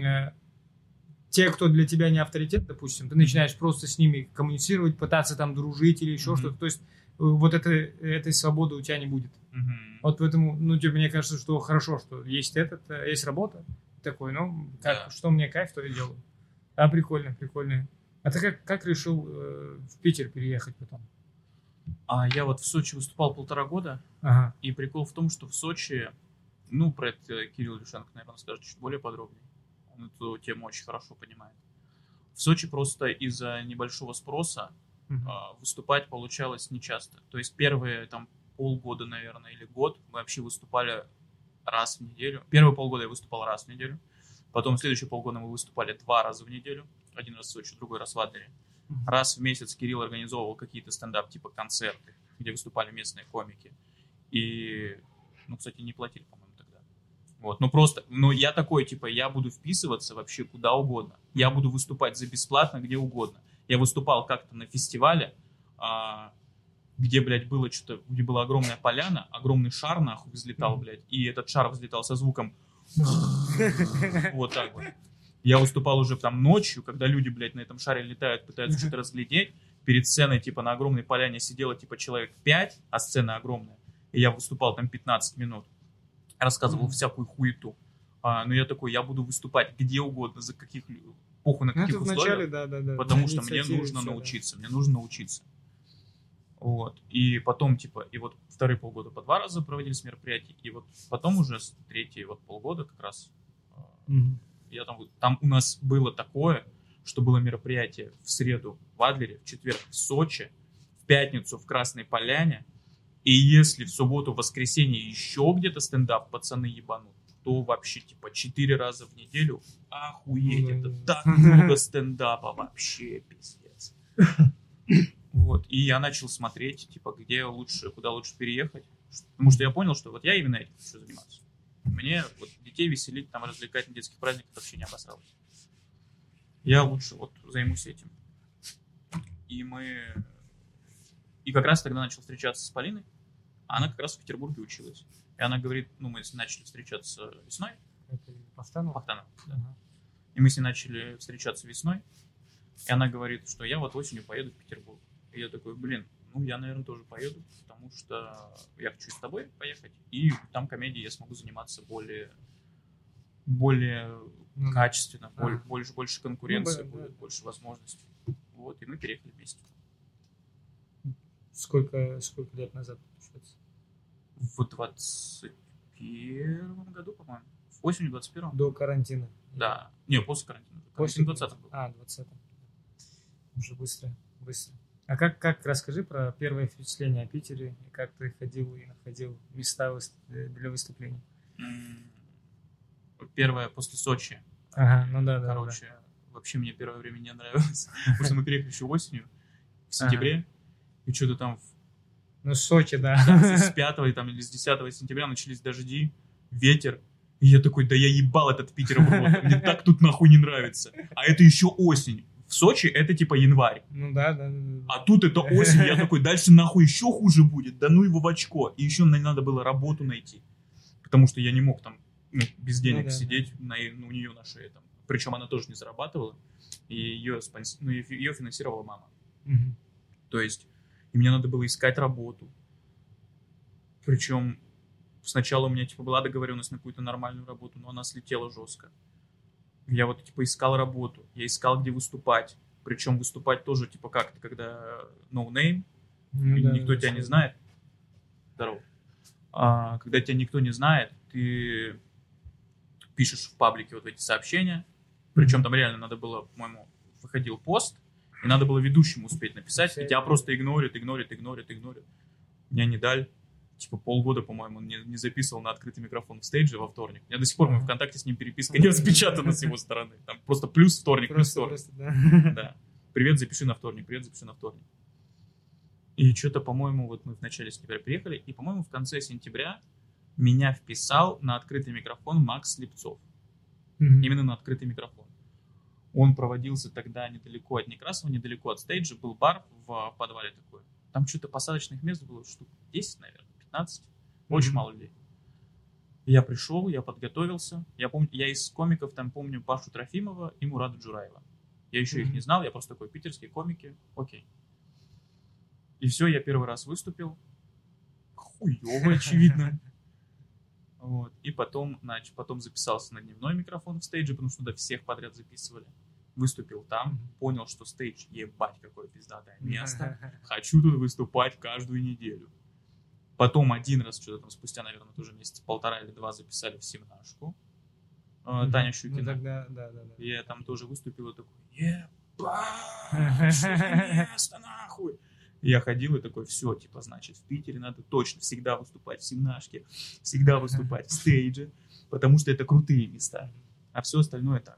те, кто для тебя не авторитет, допустим, ты начинаешь просто с ними коммуницировать, пытаться там дружить или еще что-то. То есть вот этой свободы у тебя не будет. Вот поэтому, ну, типа, мне кажется, что хорошо, что есть есть работа. Такой, ну, что мне кайф, то и делаю. А, прикольно, прикольно. А ты как решил в Питер переехать потом? Я вот в Сочи выступал 1,5 года. Ага. И прикол в том, что в Сочи, ну, про это Кирилл Лишенко, наверное, скажет чуть более подробнее. Он эту тему очень хорошо понимает. В Сочи просто из-за небольшого спроса выступать получалось нечасто. То есть первые там полгода, наверное, или год мы вообще выступали раз в неделю. Первые полгода я выступал раз в неделю. Потом следующие полгода мы выступали 2 раза в неделю. Один раз в Сочи, другой раз в Адлере. Раз в месяц Кирилл организовывал какие-то стендап, типа концерты, где выступали местные комики. И, ну, кстати, не платили, по-моему, тогда. Вот, ну просто, ну я такой, типа, я буду вписываться вообще куда угодно. Я буду выступать за бесплатно где угодно. Я выступал как-то на фестивале, где, блядь, было что-то, где была огромная поляна, огромный шар, нахуй, взлетал, блядь, и этот шар взлетал со звуком вот так вот. Я выступал уже там ночью, когда люди, блядь, на этом шаре летают, пытаются что-то разглядеть. Перед сценой, типа, на огромной поляне сидело, типа, человек 5, а сцена огромная. И я выступал там 15 минут. Рассказывал всякую хуету. Но я такой, я буду выступать где угодно, за каких, похуй на каких условиях. Да. Потому что мне нужно научиться. Мне нужно научиться. Вот. И потом, типа, и вот вторые полгода по 2 раза проводились мероприятия. И вот потом уже третьи вот полгода как раз... Я там у нас было такое, что было мероприятие в среду в Адлере, в четверг в Сочи, в пятницу в Красной Поляне, и если в субботу, в воскресенье еще где-то стендап пацаны ебанут, то вообще типа 4 раза в неделю, охуеть, это так много стендапа, вообще пиздец. Вот, и я начал смотреть, типа, куда лучше переехать, потому что я понял, что вот я именно этим хочу заниматься. Мне вот детей веселить, там развлекать на детских праздниках вообще не обосралось. Я лучше вот займусь этим. И как раз тогда начал встречаться с Полиной. Она как раз в Петербурге училась. И она говорит, ну мы начали встречаться весной. Это Повстанова? Да. И мы с ней начали встречаться весной. И она говорит, что я вот осенью поеду в Петербург. И я такой, блин, ну я, наверное, тоже поеду, потому что я хочу с тобой поехать, и там комедией я смогу заниматься более качественно, больше конкуренции будет, больше возможностей. Вот, и мы переехали вместе. Сколько лет назад, получается? В 21 году, по-моему. Осенью 21-го. До карантина. Да. Не, после карантина. После 20-го был. 20-го. Уже быстро. А как расскажи про первое впечатление о Питере, и как ты ходил и находил места для выступлений? Первое после Сочи. Ага, ну да. Короче, вообще мне первое время не нравилось. Потому что мы переехали еще осенью, в сентябре, и что-то там... Ну, Сочи, да. С 5 или с 10 сентября начались дожди, ветер. И я такой, да я ебал этот Питер в рот, мне так тут нахуй не нравится. А это еще осень. В Сочи это типа январь. Ну да. А тут это осень, я такой, дальше нахуй еще хуже будет, да ну его в очко. И еще мне надо было работу найти, потому что я не мог там без денег сидеть у нее на шее. Там. Причем она тоже не зарабатывала, и ее финансировала мама. То есть, и мне надо было искать работу. Причем сначала у меня типа была договоренность на какую-то нормальную работу, но она слетела жестко. Я вот, типа, искал работу, я искал, где выступать. Причем выступать тоже, типа, как-то, когда no name, никто тебя не знает. Здорово. Когда тебя никто не знает, ты пишешь в паблике вот эти сообщения, причем там реально надо было, по-моему, выходил пост, и надо было ведущему успеть написать, и тебя просто игнорят. Меня не дали. Типа полгода, по-моему, он не записывал на открытый микрофон в стейдже во вторник. Я до сих пор в ВКонтакте с ним переписка не распечатана с его стороны. Там просто плюс вторник, плюс вторник. Да. Привет, запиши на вторник. И что-то, по-моему, вот мы в начале сентября приехали, и, по-моему, в конце сентября меня вписал на открытый микрофон Макс Слепцов. Именно на открытый микрофон. Он проводился тогда недалеко от Некрасова, недалеко от стейджа. Был бар в подвале такой. Там что-то посадочных мест было штук 10, наверное, 15. Очень мало людей. Я пришел, я подготовился. Я помню, я из комиков там помню Пашу Трофимова и Мурада Джураева. Я еще их не знал, я просто такой, питерские комики, окей. И все, я первый раз выступил. Хуёво, очевидно. Вот. И потом записался на дневной микрофон в стейдже, потому что туда всех подряд записывали. Выступил там, понял, что стейдж, ебать, какое пиздатое место. Хочу тут выступать каждую неделю. Потом один раз, что-то там спустя, наверное, тоже месяца 1,5 или 2 записали в Семнашку. Таня Щукина. Ну тогда, да. Я там тоже выступил и такой, ебать, что за место, нахуй. Я ходил и такой, все, типа, значит, в Питере надо точно всегда выступать в Семнашке, всегда выступать в стейдже, потому что это крутые места, а все остальное так.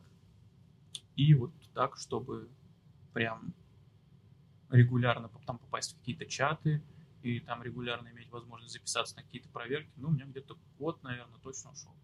И вот так, чтобы прям регулярно там попасть в какие-то чаты и там регулярно иметь возможность записаться на какие-то проверки, ну, у меня где-то год, наверное, точно ушел.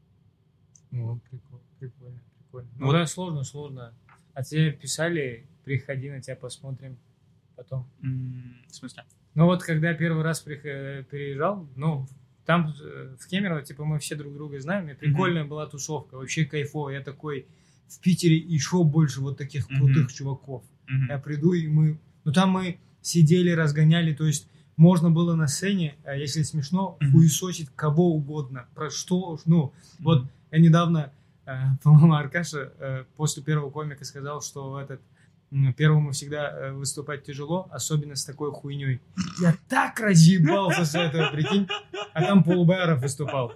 Ну, прикольно. Ну, да, сложно. А тебе писали, приходи, на тебя посмотрим потом. В смысле? Ну, вот когда первый раз переезжал, ну, там в Кемерово, типа, мы все друг друга знаем, и прикольная была тусовка, вообще кайфово. Я такой, в Питере еще больше вот таких крутых чуваков. Я приду, и там мы сидели, разгоняли, то есть можно было на сцене, если смешно, хуесосить кого угодно. Про что, вот я недавно, по-моему, Аркаша после первого комика сказал, что первому всегда выступать тяжело, особенно с такой хуйней. Я так разъебался с этого, прикинь. А там Полубайров выступал.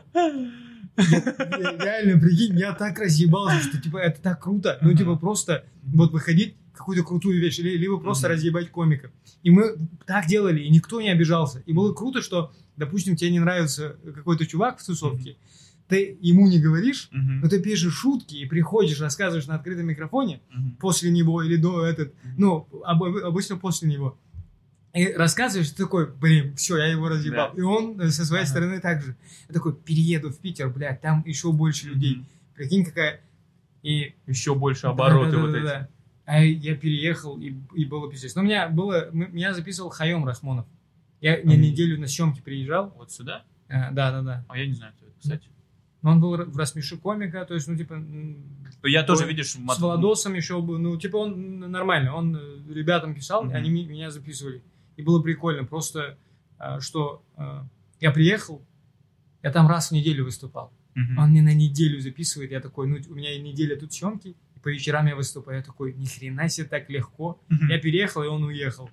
Реально, прикинь, я так разъебался, что типа это так круто. Ну, типа просто вот выходить какую-то крутую вещь, либо просто разъебать комика. И мы так делали, и никто не обижался. И было круто, что, допустим, тебе не нравится какой-то чувак в тусовке, ты ему не говоришь, но ты пишешь шутки и приходишь, рассказываешь на открытом микрофоне после него или до обычно после него. И рассказываешь, ты такой, блин, все, я его разъебал. Да. И он со своей стороны также. Я такой, перееду в Питер, блядь, там еще больше людей. Прикинь, какая... И... Еще больше обороты эти. Да. А я переехал, и было пиздец. Но меня записывал Хайом Рахмонов. Я на неделю на съемки приезжал. Вот сюда? Да. А я не знаю, кто это, кстати. Но он был в «Рассмеши комика», то есть, я тоже, видишь... С Владосом еще был, он нормально, он ребятам писал, они меня записывали. И было прикольно, просто, что я приехал, я там раз в неделю выступал. Он мне на неделю записывает, я такой, у меня неделя тут съемки, и по вечерам я выступаю, я такой, ни хрена себе так легко. Я переехал, и он уехал.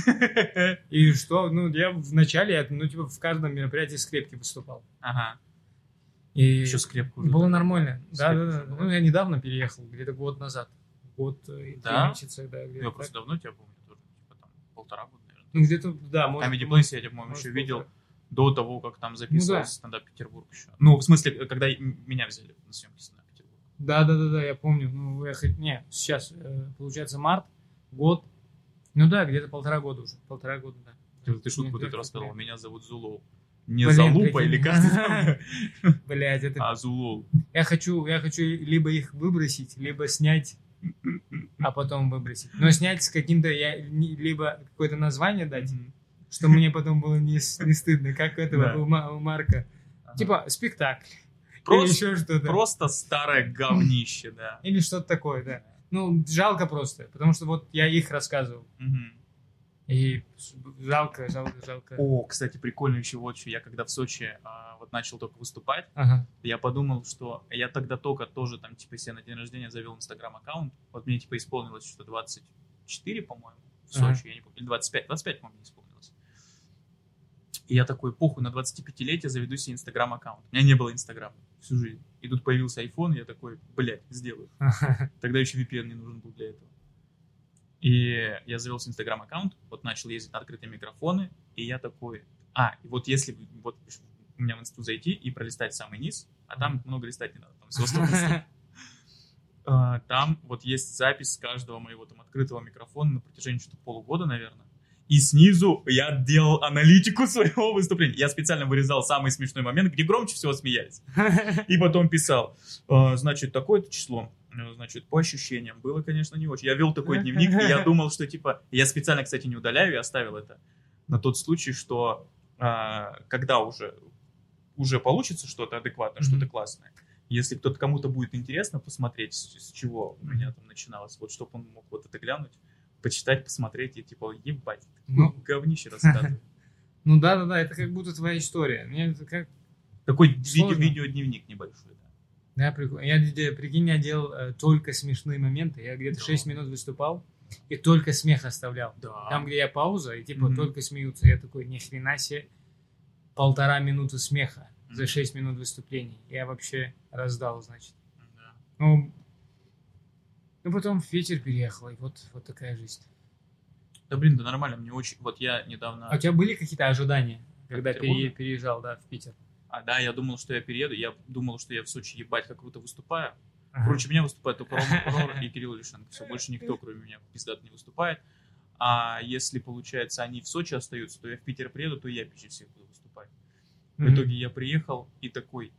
И что, я вначале, в каждом мероприятии скрепки выступал. Ага. И еще скрепку. Было нормально. Да. Я недавно переехал, где-то год назад. Год и 3 месяца. Да, я просто давно тебя помню тоже. Типа там 1,5 года, наверное. Где-то, да. Comedy Place я тебя, по-моему, еще видел до того, как там записывался стендап Петербург еще. В смысле, когда меня взяли на съемки стендап Петербург. Да, я помню. Сейчас, получается, март, год. Где-то 1,5 года уже. 1,5 года, да. Ты шутку вот эту рассказывал. Меня зовут Зулол. Не Залупа или как ты там? Блядь, это... А Зулол. Я хочу либо их выбросить, либо снять, а потом выбросить. Но снять с каким-то... Либо какое-то название дать, чтобы мне потом было не стыдно, как этого у Марка. Типа спектакль. Или еще что-то. Просто старое говнище, да. Или что-то такое, да. Жалко просто, потому что вот я их рассказывал. И жалко. О, кстати, прикольно еще вот что. Я когда в Сочи начал только выступать, я подумал, что я тогда только тоже там типа себе на день рождения завел Инстаграм-аккаунт. Вот мне типа исполнилось что-то 24, по-моему, в Сочи, я не помню, или 25, по-моему, не исполнилось. И я такой, похуй, на 25-летие заведу себе Инстаграм-аккаунт. У меня не было Инстаграма всю жизнь. И тут появился iPhone, я такой, блядь, сделаю. Тогда еще VPN не нужен был для этого. И я завел Instagram аккаунт, вот начал ездить на открытые микрофоны, и я такой, и вот если вот у меня в институт зайти и пролистать самый низ, а там много листать не надо, там всего 100%. Там вот есть запись каждого моего там открытого микрофона на протяжении что-то полугода, наверное. И снизу я делал аналитику своего выступления. Я специально вырезал самый смешной момент, где громче всего смеялись. И потом писал, значит, такое-то число. Значит, по ощущениям было, конечно, не очень. Я вел такой дневник, и я думал, что, типа... Я специально, кстати, не удаляю, я оставил это на тот случай, что когда уже получится что-то адекватное, что-то классное, если кто-то кому-то будет интересно посмотреть, с чего у меня там начиналось, вот чтобы он мог вот это глянуть, почитать, посмотреть и типа, ебать, говнище рассказывает. Ну да, это как будто твоя история. Мне это как... Такой видеодневник небольшой. Да, прикольно. Прикинь, я делал только смешные моменты. Я где-то 6 минут выступал и только смех оставлял. Да. Там, где я пауза, и типа только смеются. Я такой, ни хрена себе, 1,5 минуты смеха за 6 минут выступлений. Я вообще раздал, значит. Да. Ну, потом в Питер переехал, и вот такая жизнь. Да блин, да нормально, мне очень... Вот я недавно... А у тебя были какие-то ожидания, когда Петербурга? переезжал, в Питер? Да, я думал, что я перееду, я думал, что я в Сочи, ебать, как круто выступаю. Короче, меня выступает только Рома и Кирилл Лишенко. Все, больше никто, кроме меня, пиздато не выступает. А если, получается, они в Сочи остаются, то я в Питер приеду, то я пизже всех буду выступать. В итоге я приехал и такой,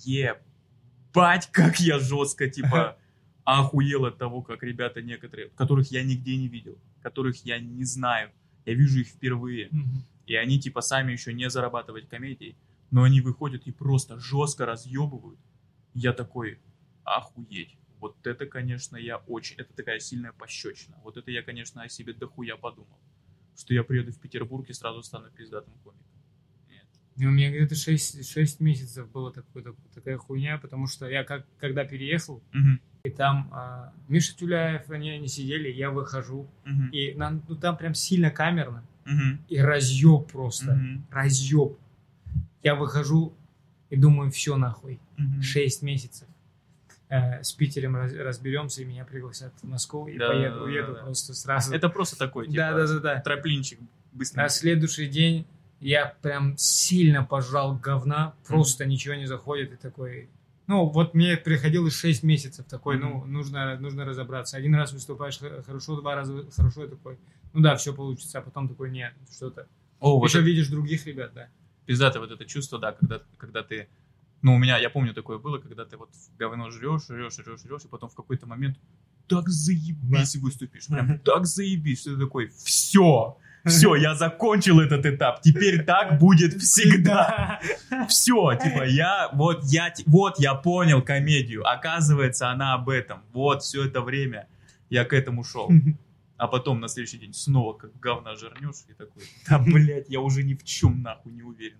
ебать, как я жестко, типа, охуел от того, как ребята некоторые, которых я нигде не видел, которых я не знаю, я вижу их впервые. И они, типа, сами еще не зарабатывают комедией, но они выходят и просто жестко разъебывают. Я такой, охуеть. Вот это, конечно, это такая сильная пощечина. Вот это я, конечно, о себе дохуя подумал. Что я приеду в Петербург и сразу стану пиздатым комиком. Нет. У меня где-то 6 месяцев была такая хуйня, потому что я когда переехал, и там Миша Тюляев, они сидели, я выхожу, и там прям сильно камерно, и разъеб просто, разъеб. Я выхожу и думаю, все нахуй, 6 месяцев. С Питером разберемся, и меня пригласят в Москву, и уеду просто сразу. Это просто такой, типа, троплинчик быстрый. На следующий день я прям сильно пожрал говна, просто ничего не заходит, и такой... Ну, вот мне приходилось 6 месяцев такой, нужно разобраться. Один раз выступаешь хорошо, 2 раза хорошо, и такой, все получится, а потом такой, нет, что-то. Еще видишь других ребят, да. Пиздатое вот это чувство, да, когда ты... Ну, у меня, я помню, такое было, когда ты вот говно жрешь, и потом в какой-то момент так заебись выступишь. Прям так заебись, что ты такой, все, я закончил этот этап, теперь так будет всегда. Все, типа, я понял комедию, оказывается, она об этом. Вот, все это время я к этому шел. А потом на следующий день снова как говна жирнешь и такой, да, блядь, я уже ни в чем нахуй не уверен.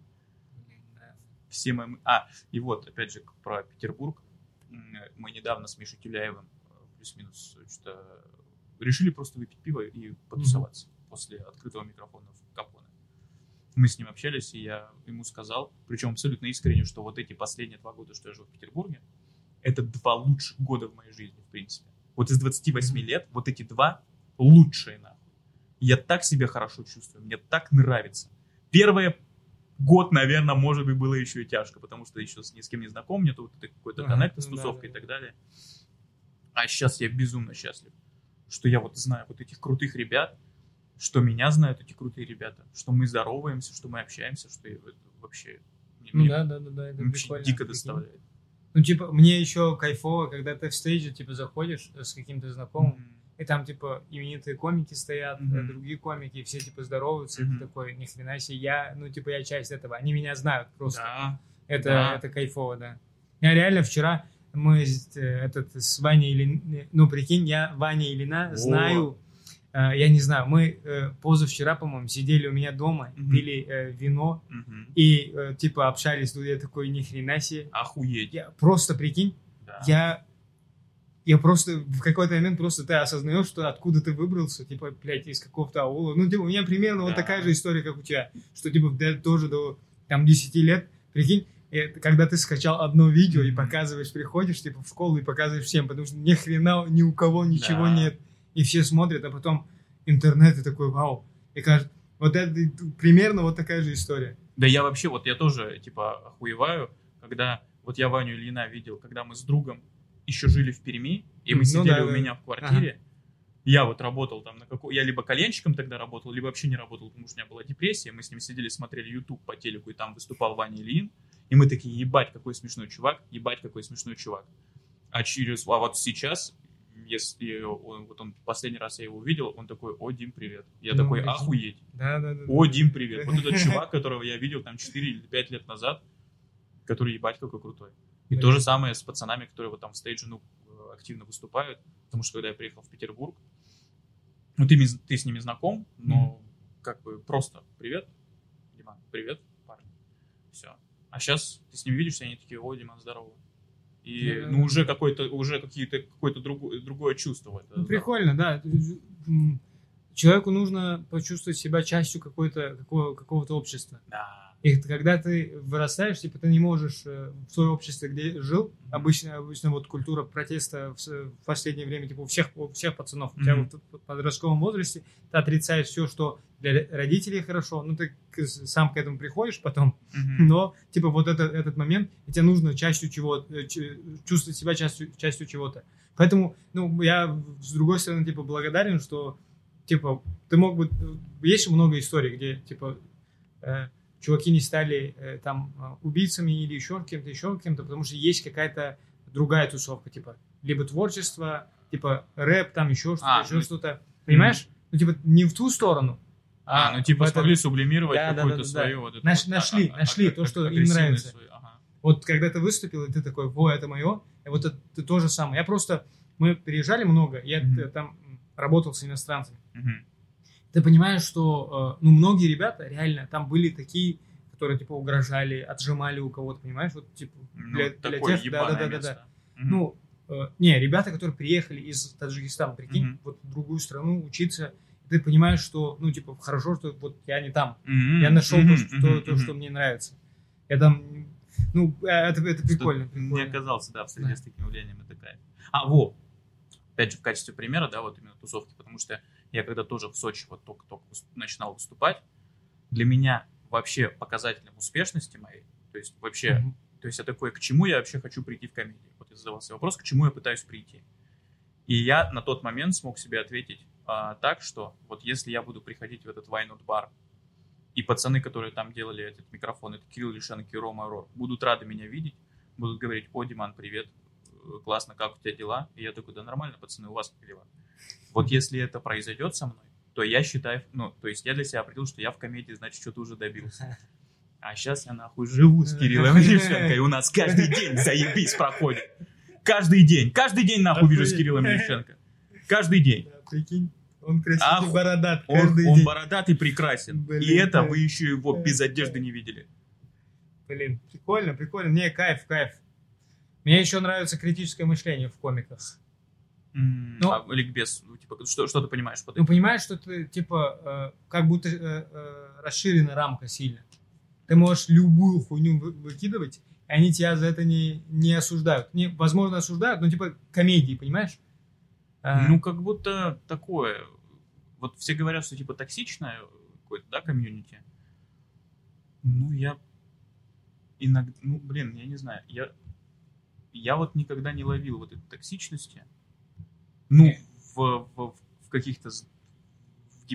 Все мои... и вот, опять же, про Петербург. Мы недавно с Мишей Тюляевым, плюс-минус, что-то решили просто выпить пиво и потусоваться после открытого микрофона в Капоне. Мы с ним общались, и я ему сказал, причем абсолютно искренне, что вот эти последние 2 года, что я живу в Петербурге, это 2 лучших года в моей жизни, в принципе. Вот из 28 лет вот эти 2 лучшие, нахуй. Я так себя хорошо чувствую, мне так нравится. Первый год, наверное, может быть, было еще и тяжко, потому что еще ни с кем не знаком, нету вот какой-то коннект с тусовкой и так далее. А сейчас я безумно счастлив, что я вот знаю вот этих крутых ребят, что меня знают эти крутые ребята, что мы здороваемся, что мы общаемся, что это вообще это вообще прикольно, дико доставляет. Ну, типа, мне еще кайфово, когда ты в стейдже, типа, заходишь с каким-то знакомым, и там, типа, именитые комики стоят, другие комики, и все, типа, здороваются, и ты такой, ни хрена себе, я часть этого, они меня знают просто. Да. Это кайфово, да. Я реально вчера, мы с Ваней Ильиной, прикинь, я Ваня Ильина знаю, я не знаю, мы позавчера, по-моему, сидели у меня дома, пили вино, и, типа, общались, тут я такой, ни хрена себе. Охуеть. Просто, прикинь, я просто в какой-то момент просто ты осознаешь, что откуда ты выбрался, типа, блядь, из какого-то аула. Ну, типа, у меня примерно вот такая же история, как у тебя, что, типа, тоже до, там, 10 лет, прикинь, когда ты скачал одно видео и показываешь, приходишь типа в школу и показываешь всем, потому что ни хрена ни у кого ничего нет, и все смотрят, а потом интернет и такой вау. И кажется, вот это примерно вот такая же история. Да я вообще, вот я тоже типа охуеваю, когда вот я Ваню Ильина видел, когда мы с другом еще жили в Перми, и мы сидели у меня в квартире. Я вот работал там я либо коленщиком тогда работал, либо вообще не работал, потому что у меня была депрессия. Мы с ним сидели, смотрели YouTube по телеку, и там выступал Ваня Ильин. И мы такие, ебать, какой смешной чувак, ебать, какой смешной чувак. А вот сейчас, если он последний раз я его увидел, он такой: о, Дим, привет. Я такой: охуеть. Да. О, Дим, привет. Вот этот чувак, которого я видел там 4 или 5 лет назад, который, ебать, какой крутой. И то же самое с пацанами, которые вот там в стейдже, активно выступают. Потому что когда я приехал в Петербург, ты с ними знаком, но как бы просто: привет, Диман, привет, парень. Все. А сейчас ты с ними видишься, и они такие: о, Диман, здорово. И уже какое-то другое чувство. Прикольно, да. Человеку нужно почувствовать себя частью какого-то общества. Да. И когда ты вырастаешь, типа ты не можешь в своем обществе, где жил, обычно вот культура протеста в последнее время, типа у всех пацанов, у тебя вот в подростковом возрасте, ты отрицаешь все, что для родителей хорошо, ты сам к этому приходишь потом, но типа вот этот момент, и тебе нужно чувствовать себя частью чего-то. Поэтому, я с другой стороны, типа, благодарен, что, типа, ты мог бы... Есть много историй, где, типа, чуваки не стали там убийцами или еще кем-то, потому что есть какая-то другая тусовка, типа, либо творчество, типа, рэп, там еще что-то. Понимаешь? Типа, не в ту сторону. Смогли сублимировать какую-то свою... Вот эту нашли то, что им нравится. Вот когда ты выступил, и ты такой: во, это мое, и вот это то же самое. Мы переезжали много, я там работал с иностранцами. Ты понимаешь, что многие ребята реально там были такие, которые типа угрожали, отжимали у кого-то, понимаешь? Вот типа для тех, да. Не, ребята, которые приехали из Таджикистана, прикинь, вот в другую страну учиться, ты понимаешь, что типа хорошо, что вот я не там, я нашел то, что мне нравится. Я там, это прикольно. Не оказался, в среде с таким явлением, это кайф. Опять же, в качестве примера, вот именно тусовки, потому что я когда тоже в Сочи вот только начинал выступать, для меня вообще показателем успешности моей, то есть вообще, то есть я такой: к чему я вообще хочу прийти в комедии? Вот я задавал себе вопрос, к чему я пытаюсь прийти. И я на тот момент смог себе ответить так, что вот если я буду приходить в этот Why Not Bar, и пацаны, которые там делали этот микрофон, это Кирилл Лишенко и Рома Рор, будут рады меня видеть, будут говорить: о, Диман, привет, классно, как у тебя дела? И я такой: да нормально, пацаны, у вас как дела? Вот если это произойдет со мной, то я считаю, то есть я для себя определил, что я в комедии, значит, что-то уже добился. А сейчас я нахуй живу с Кириллом Лишенко, и у нас каждый день заебись проходит. Каждый день нахуй вижу с Кириллом Лишенко. Каждый день. Да, прикинь, он красивый, бородат каждый день. Он бородатый прекрасен. И это вы еще его без одежды не видели. Блин, прикольно. Не, кайф. Мне еще нравится критическое мышление в комиках. Ликбез, типа, что ты понимаешь под этим? Понимаешь, что ты, типа, как будто расширена рамка сильно. Ты можешь любую хуйню выкидывать, и они тебя за это не осуждают. Возможно, осуждают, но типа комедии, понимаешь? Как будто такое. Вот все говорят, что типа токсичное какое-то, да, комьюнити. Я иногда, я не знаю, я вот никогда не ловил вот этой токсичности. В каких-то в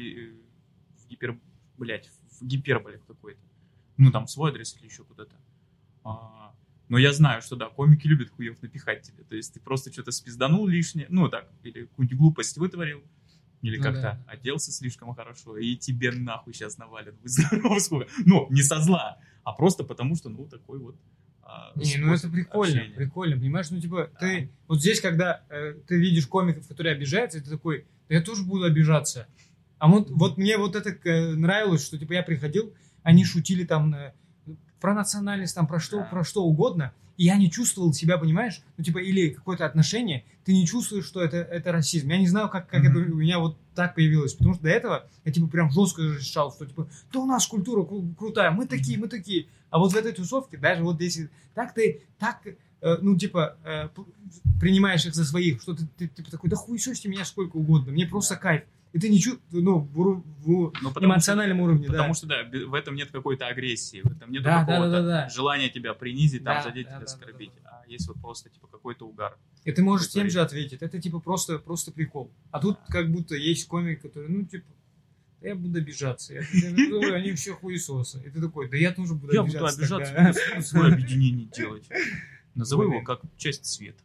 гиперболе какой-то. Там свой адрес или еще куда-то. Но я знаю, что да, комики любят хуев напихать тебе. То есть ты просто что-то спизданул лишнее, или какую-нибудь глупость вытворил, или как-то оделся слишком хорошо, и тебе нахуй сейчас навалят. Не со зла, а просто потому, что, такой вот. Это прикольно, понимаешь? Ты вот здесь, когда ты видишь комиков, которые обижаются, ты такой: да я тоже буду обижаться. А вот мне вот это нравилось, что типа я приходил, они шутили там про национальность, там, про Да. что угодно, и я не чувствовал себя, понимаешь, ну, типа, или какое-то отношение, ты не чувствуешь, что это расизм. Я не знаю, как это у меня вот так появилось, потому что до этого я, типа, прям жестко защищал, что, типа, да у нас культура крутая, мы такие. А вот в этой тусовке, даже вот если ну, типа, принимаешь их за своих, что ты типа такой, да хуесосьте меня сколько угодно, мне просто кайф. И ты не чувствуешь, ну, в эмоциональном уровне, да. Потому что, да, в этом нет какой-то агрессии, в этом нет Да, какого-то желания тебя принизить, там, Да, задеть да, или да, оскорбить. да. А есть вот просто, типа, какой-то угар. И ты можешь Прикольно. тем же ответить. Это, типа, просто прикол. А тут как будто есть комик, который, ну, типа, да я буду обижаться. Они все хуесосы. И ты такой, да я тоже буду Я буду обижаться. обижаться, буду свое объединение делать. Назову его Блин. как часть света.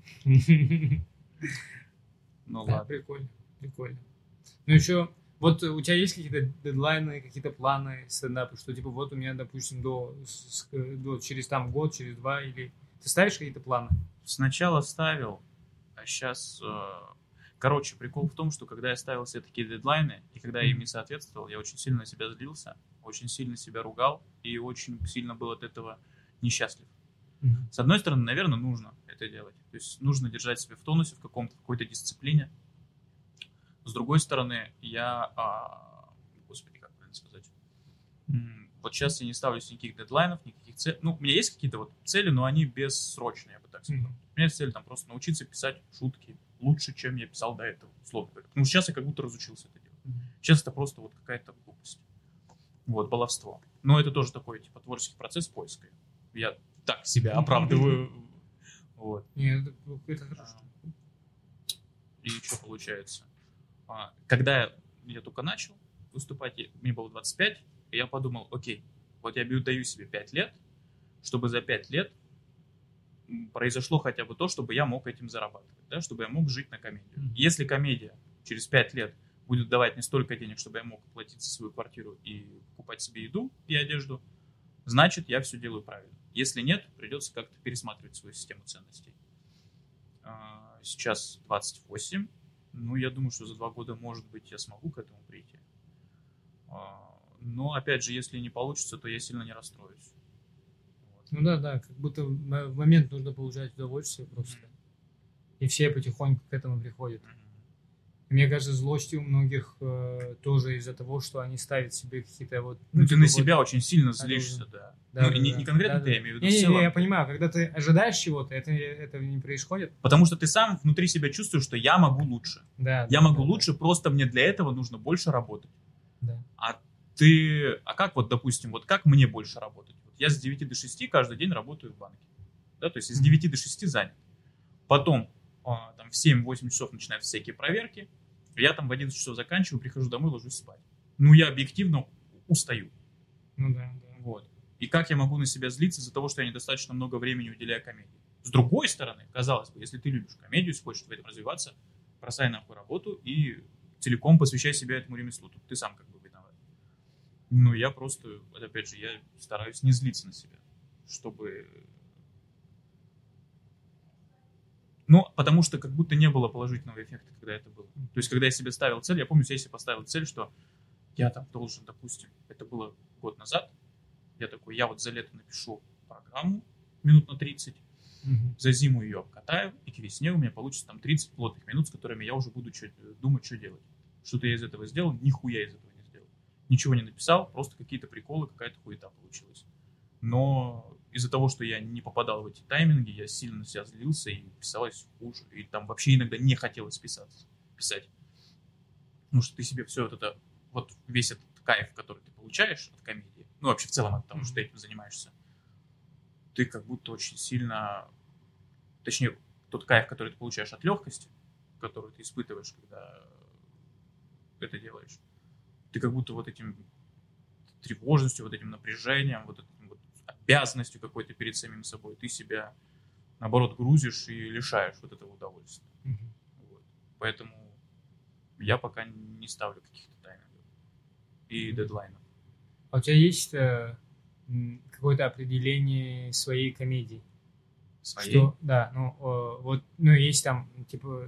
Ну Да, ладно. прикольно. Ну, еще, вот у тебя есть какие-то дедлайны, какие-то планы стендапа, что, типа, вот у меня, допустим, через там год, через 2, или ты ставишь какие-то планы? Сначала ставил, а сейчас... Короче, прикол в том, что когда я ставил себе такие дедлайны, и когда я им не соответствовал, я очень сильно на себя злился, очень сильно себя ругал, и очень сильно был от этого несчастлив. С одной стороны, наверное, нужно это делать. То есть нужно держать себя в тонусе, в какой-то дисциплине. С другой стороны, господи, как правильно сказать? Вот сейчас я не ставлю никаких дедлайнов, никаких целей. Ну, у меня есть какие-то вот цели, но они бессрочные, я бы так сказал. У меня есть цель там просто научиться писать шутки лучше, чем я писал до этого, условно говоря. Потому что сейчас я как будто разучился это делать. Сейчас это просто вот какая-то глупость. Вот, баловство. Но это тоже такой, типа, творческий процесс поиска. Я так себя оправдываю. Вот. Нет, это хорошо. И что получается? Когда я только начал выступать, мне было 25, и я подумал, окей, вот я даю себе 5 лет, чтобы за 5 лет произошло хотя бы то, чтобы я мог этим зарабатывать, да, чтобы я мог жить на комедию. Если комедия через 5 лет будет давать мне столько денег, чтобы я мог платить за свою квартиру и покупать себе еду и одежду, значит, я все делаю правильно. Если нет, придется как-то пересматривать свою систему ценностей. Сейчас 28. Ну, я думаю, что за 2 года, может быть, я смогу к этому прийти. Но, опять же, если не получится, то я сильно не расстроюсь. Вот. Ну да, как будто в момент нужно получать удовольствие просто. И все потихоньку к этому приходят. Мне кажется, злость у многих тоже из-за того, что они ставят себе какие-то вот... Ну, ты на себя очень сильно злишься, да. Да, ну, не конкретно ты, я имею в виду в Не, целом. я понимаю, когда ты ожидаешь чего-то, это не происходит. Потому что ты сам внутри себя чувствуешь, что я могу лучше. Да, Я могу лучше, просто мне для этого нужно больше работать. Да. А как вот, допустим, вот как мне больше работать? Вот я с 9 до 6 каждый день работаю в банке. Да, то есть с 9 до 6 занят. Потом там, в 7-8 часов начинаются всякие проверки. Я там в 11 часов заканчиваю, прихожу домой, ложусь спать. Ну, я объективно устаю. Ну да. Вот. И как я могу на себя злиться из-за того, что я недостаточно много времени уделяю комедии? С другой стороны, казалось бы, если ты любишь комедию, если хочешь в этом развиваться, бросай нахуй работу и целиком посвящай себя этому ремеслу. Тут ты сам как бы виноват. Но я просто, опять же, я стараюсь не злиться на себя, чтобы... Ну, потому что как будто не было положительного эффекта, когда это было. То есть, когда я себе ставил цель, я помню, я себе поставил цель, что я там должен, допустим, это было год назад, я такой, я вот за лето напишу программу минут на 30, за зиму ее обкатаю, и к весне у меня получится там 30 плотных минут, с которыми я уже буду думать, что делать. Что-то я из этого сделал, нихуя из этого не сделал. Ничего не написал, просто какие-то приколы, какая-то хуета получилась. Но из-за того, что я не попадал в эти тайминги, я сильно на себя злился и писалось хуже. И там вообще иногда не хотелось писать. Потому что ты себе все это, вот весь этот кайф, который ты получаешь от комедии, ну вообще в целом от того, что ты этим занимаешься, ты как будто очень сильно, точнее, тот кайф, который ты получаешь от легкости, которую ты испытываешь, когда это делаешь, ты как будто вот этим тревожностью, вот этим напряжением, вот этим вот обязанностью какой-то перед самим собой, ты себя, наоборот, грузишь и лишаешь вот этого удовольствия. Вот. Поэтому я пока не ставлю каких-то таймингов и дедлайнов. А у тебя есть какое-то определение своей комедии? Своей? Что, да, есть там, типа,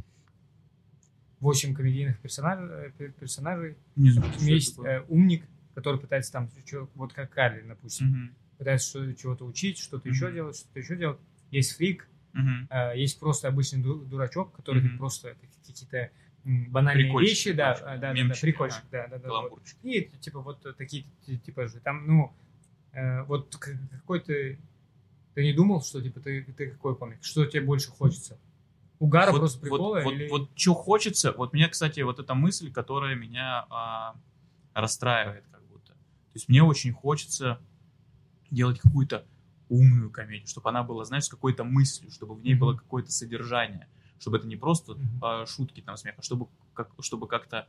8 комедийных персонажей. Не знаю, Есть умник, который пытается там, вот как Карлин, допустим, пытается чего-то учить, что-то еще делать, Есть фрик, есть просто обычный дурачок, который просто какие-то банальные вещи, прикольчик, каламбурчик. И типа вот такие типажи. Там, вот какой-то... Ты не думал, что типа ты какой комик? Что тебе больше хочется? Угара, просто прикола? Вот что хочется, вот меня, кстати, вот эта мысль, которая меня расстраивает как будто. То есть мне очень хочется делать какую-то умную комедию, чтобы она была, знаешь, с какой-то мыслью, чтобы в ней было какое-то содержание, чтобы это не просто шутки, там, смех, а чтобы как-то...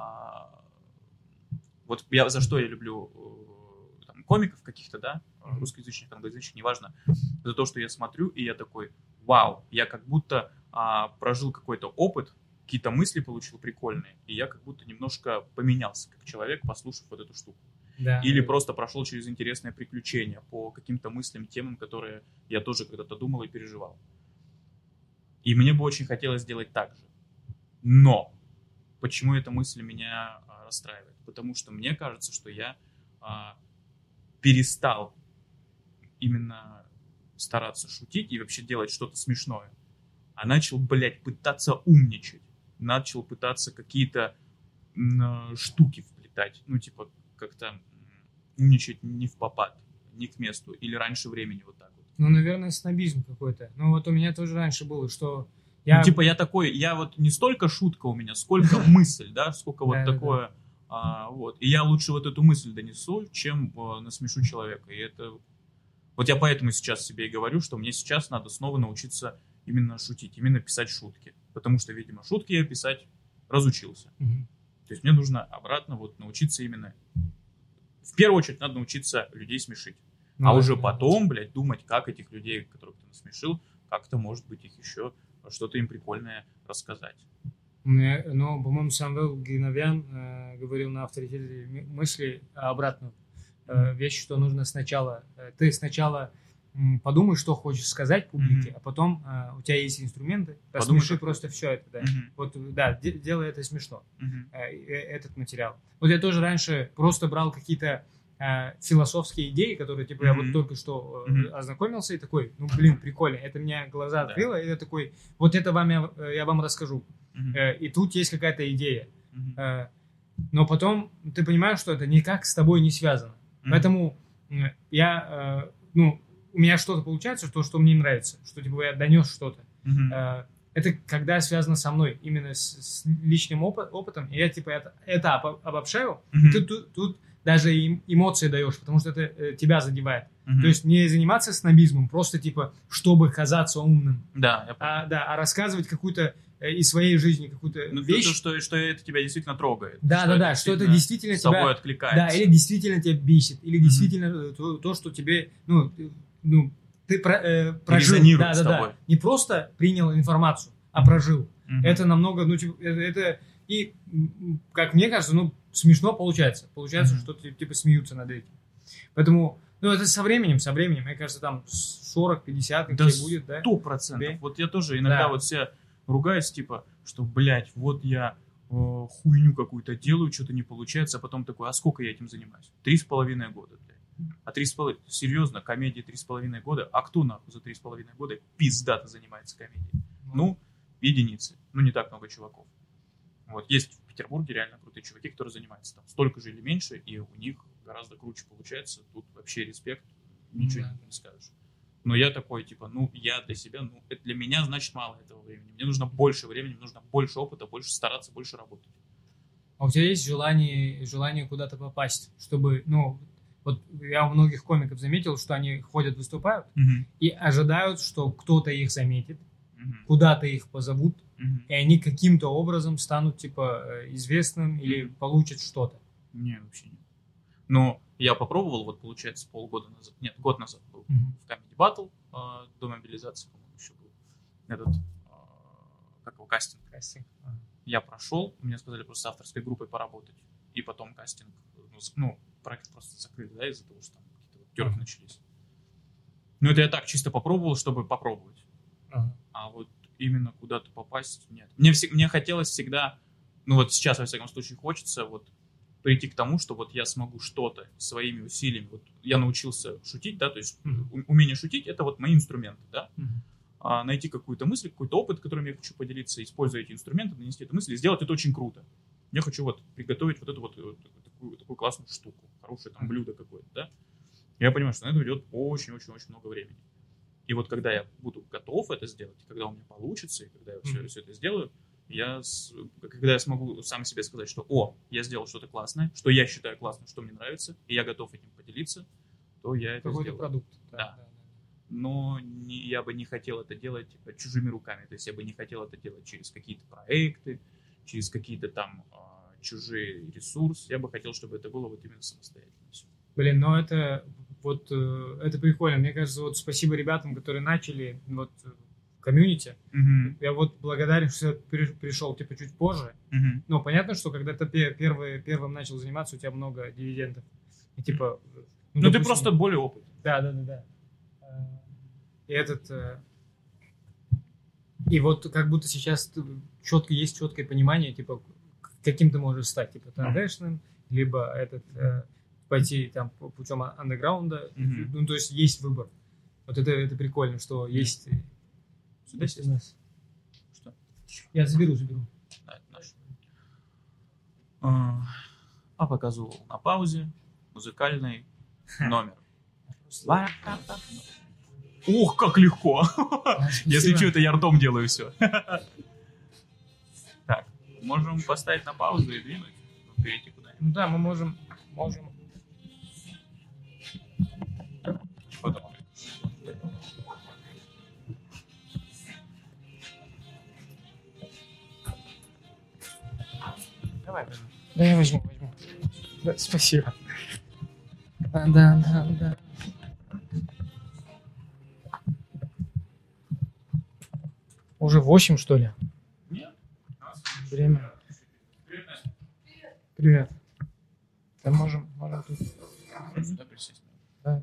Вот за что я люблю там, комиков каких-то, да, русскоязычных, англоязычных, неважно, за то, что я смотрю, и я такой, вау, я как будто прожил какой-то опыт, какие-то мысли получил прикольные, и я как будто немножко поменялся как человек, послушав вот эту штуку. Да. Или просто прошел через интересное приключение по каким-то мыслям, темам, которые я тоже когда-то думал и переживал. И мне бы очень хотелось сделать так же. Но почему эта мысль меня расстраивает? Потому что мне кажется, что я перестал именно стараться шутить и вообще делать что-то смешное, а начал, пытаться умничать. Начал пытаться какие-то штуки вплетать. Ну, типа, как-то умничать не впопад, не к месту. Или раньше времени вот так вот. Ну, наверное, снобизм какой-то. Ну, вот у меня тоже раньше было, что я... Ну, типа, я вот не столько шутка у меня, сколько мысль, да, сколько вот такое... Вот. И я лучше вот эту мысль донесу, чем насмешу человека. И это... Вот я поэтому сейчас себе и говорю, что мне сейчас надо снова научиться именно шутить, именно писать шутки. Потому что, видимо, шутки я писать разучился. То есть мне нужно обратно вот научиться именно... В первую очередь надо научиться людей смешить. А уже потом, думать, как этих людей, которых ты насмешил, как-то, может быть, их еще что-то им прикольное рассказать. Ну, по-моему, Самвел Гиновян говорил на авторитете мысли обратную вещь, что нужно сначала... Ты сначала подумай, что хочешь сказать публике, а потом у тебя есть инструменты, рассмеши просто все это. Да. Вот, да, делай это смешно, этот материал. Вот я тоже раньше просто брал какие-то философские идеи, которые, типа, я вот только что ознакомился и такой, ну, блин, прикольно, это мне глаза открыло, и я такой, вот это я вам расскажу. И тут есть какая-то идея. Но потом ты понимаешь, что это никак с тобой не связано. Поэтому я, у меня что-то получается, то, что мне нравится, что, типа, я донес что-то. Это когда связано со мной, именно с личным опытом, и я, типа, это обобщаю, ты тут даже эмоции даешь, потому что это тебя задевает. То есть не заниматься снобизмом, просто, типа, чтобы казаться умным, а рассказывать какую-то из своей жизни какую-то вещь. Что это тебя действительно трогает. Да, что это действительно с собой откликается. Да, или действительно тебя бесит, или действительно то, что тебе, ты прожил. Резонирует с тобой. Не просто принял информацию, а прожил. Это намного, это и, как мне кажется, смешно получается. Получается, что типа смеются над этим. Поэтому, это со временем, мне кажется, там 40-50 как тебе будет, да? 100%. Вот я тоже иногда вот себя ругаюсь, типа, что, вот я хуйню какую-то делаю, что-то не получается, а потом такой, а сколько я этим занимаюсь? 3,5 года, блядь. А 3,5, серьезно, комедия 3,5 года? А кто нахуй за 3,5 года пиздато занимается комедией? Единицы. Не так много чуваков. Вот, есть в Петербурге реально крутые чуваки, которые занимаются там столько же или меньше, и у них гораздо круче получается. Тут вообще респект, ничего не скажешь. Но я такой, типа, я для себя, это для меня значит мало этого времени. Мне нужно больше времени, мне нужно больше опыта, больше стараться, больше работать. А у тебя есть желание куда-то попасть, чтобы, вот я у многих комиков заметил, что они ходят, выступают и ожидают, что кто-то их заметит, куда-то их позовут, и они каким-то образом станут, типа, известным или получат что-то. Не, вообще нет. Но я попробовал, вот, получается, год назад был в Comedy Battle, до мобилизации, по-моему, еще был этот, кастинг. Я прошел, мне сказали просто с авторской группой поработать, и потом кастинг, проект просто закрыли, да, из-за того, что там какие-то терки начались. Это я так чисто попробовал, чтобы попробовать. А вот именно куда-то попасть, нет. Мне хотелось всегда, вот сейчас, во всяком случае, хочется вот прийти к тому, что вот я смогу что-то своими усилиями, вот я научился шутить, да, то есть умение шутить — это вот мои инструменты, да, найти какую-то мысль, какой-то опыт, которым я хочу поделиться, используя эти инструменты, нанести эту мысль и сделать это очень круто. Я хочу вот приготовить вот эту вот такую классную штуку, хорошее там блюдо какое-то, да. Я понимаю, что на это уйдет очень-очень-очень много времени. И вот когда я буду готов это сделать, когда у меня получится, и когда я все это сделаю, когда я смогу сам себе сказать, что я сделал что-то классное, что я считаю классным, что мне нравится, и я готов этим поделиться, то я это Какой-то сделаю. продукт. Да. Но я бы не хотел это делать чужими руками. То есть я бы не хотел это делать через какие-то проекты, через какие-то там чужие ресурсы. Я бы хотел, чтобы это было вот именно самостоятельно. Блин, но это прикольно. Мне кажется, вот спасибо ребятам, которые начали вот комьюнити. Я вот благодарен, что я пришел типа чуть позже. Но понятно, что когда ты первым начал заниматься, у тебя много дивидендов. И типа... допустим, ты просто более опытный. Да. И вот как будто сейчас есть четкое понимание, типа, каким ты можешь стать, типа, трендешным, либо пойти там путем андеграунда. Ну, то есть есть выбор. Вот это прикольно, что есть... Сюда есть у нас? Что? Я заберу. Да, это наш. Показывал на паузе музыкальный номер. Ух, как легко! Если что, это я ртом делаю все. Так, можем поставить на паузу и двинуть, перейти куда-нибудь. Ну да, мы можем. Потом. Давай. Да, я возьму. Да, спасибо. Да. Уже 8, что ли? Нет. Время. Привет. Да, можем тут. Сюда присесть. Да.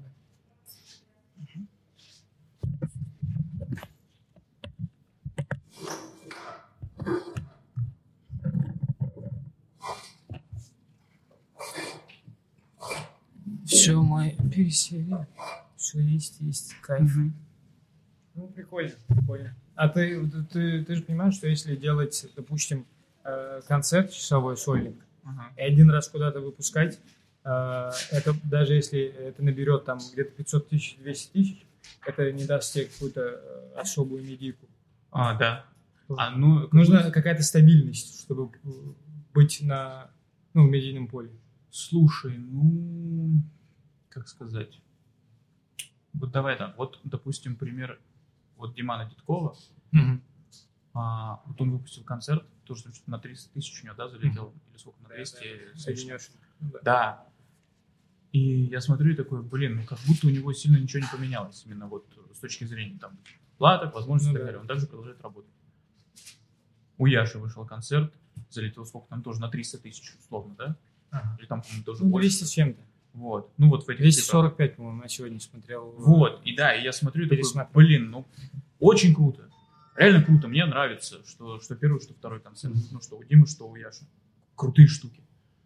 Все, мы пересели. Все есть, кайф. Ну, прикольно. А ты же понимаешь, что если делать, допустим, концерт часовой, сольник, и один раз куда-то выпускать, это даже если это наберет там где-то 500 тысяч, 200 тысяч, это не даст тебе какую-то особую медийку. Да. Нужна какая-то стабильность, чтобы быть в медийном поле. Слушай, как сказать? Вот давай так. Вот, допустим, пример вот Димана Дидкова. Вот он выпустил концерт, тоже на 300 тысяч у него, да, залетел? Или сколько, на 200? Да. И я смотрю и такой, как будто у него сильно ничего не поменялось. Именно вот с точки зрения там платок, возможностей и так далее. Он также продолжает работать. У Яши вышел концерт, залетел сколько там тоже, на 300 тысяч условно, да? Или там, по-моему, тоже больше. 200 с чем-то. Вот. Вот в этих 245, цифрах. По-моему, я сегодня смотрел. Вот. И я смотрю и такой, очень круто. Реально круто. Мне нравится, что первый, что второй концерт. Что у Димы, что у Яши. Крутые штуки.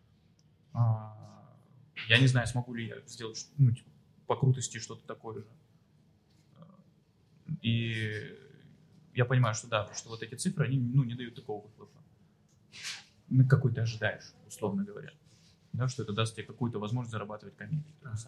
Я не знаю, смогу ли я сделать по крутости что-то такое же. И я понимаю, что да, что вот эти цифры, они не дают такого выхлопа, какой ты ожидаешь, условно говоря. Да, что это даст тебе какую-то возможность зарабатывать комедии.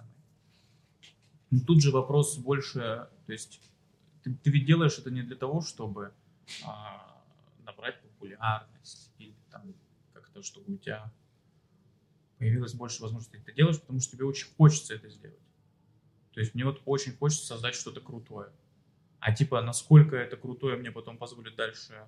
Но тут же вопрос больше, то есть ты ведь делаешь это не для того, чтобы набрать популярность или там как-то, чтобы у тебя появилось больше возможностей. Ты делаешь, потому что тебе очень хочется это сделать. То есть мне вот очень хочется создать что-то крутое. А насколько это крутое мне потом позволит дальше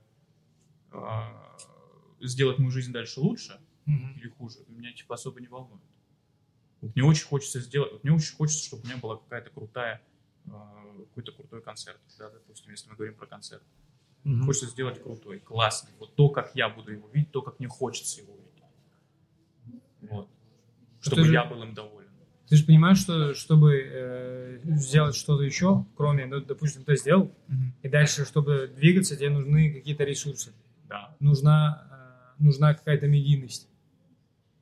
сделать мою жизнь дальше лучше или хуже, меня особо не волнует. Вот мне очень хочется чтобы у меня была какой-то крутой концерт. Да, допустим, если мы говорим про концерт. Хочется сделать крутой, классный. Вот то, как я буду его видеть, то, как мне хочется его видеть. Вот. Чтобы я был им доволен. Ты же понимаешь, что чтобы сделать что-то еще, кроме, допустим, ты сделал, и дальше, чтобы двигаться, тебе нужны какие-то ресурсы. Да. Нужна какая-то медийность.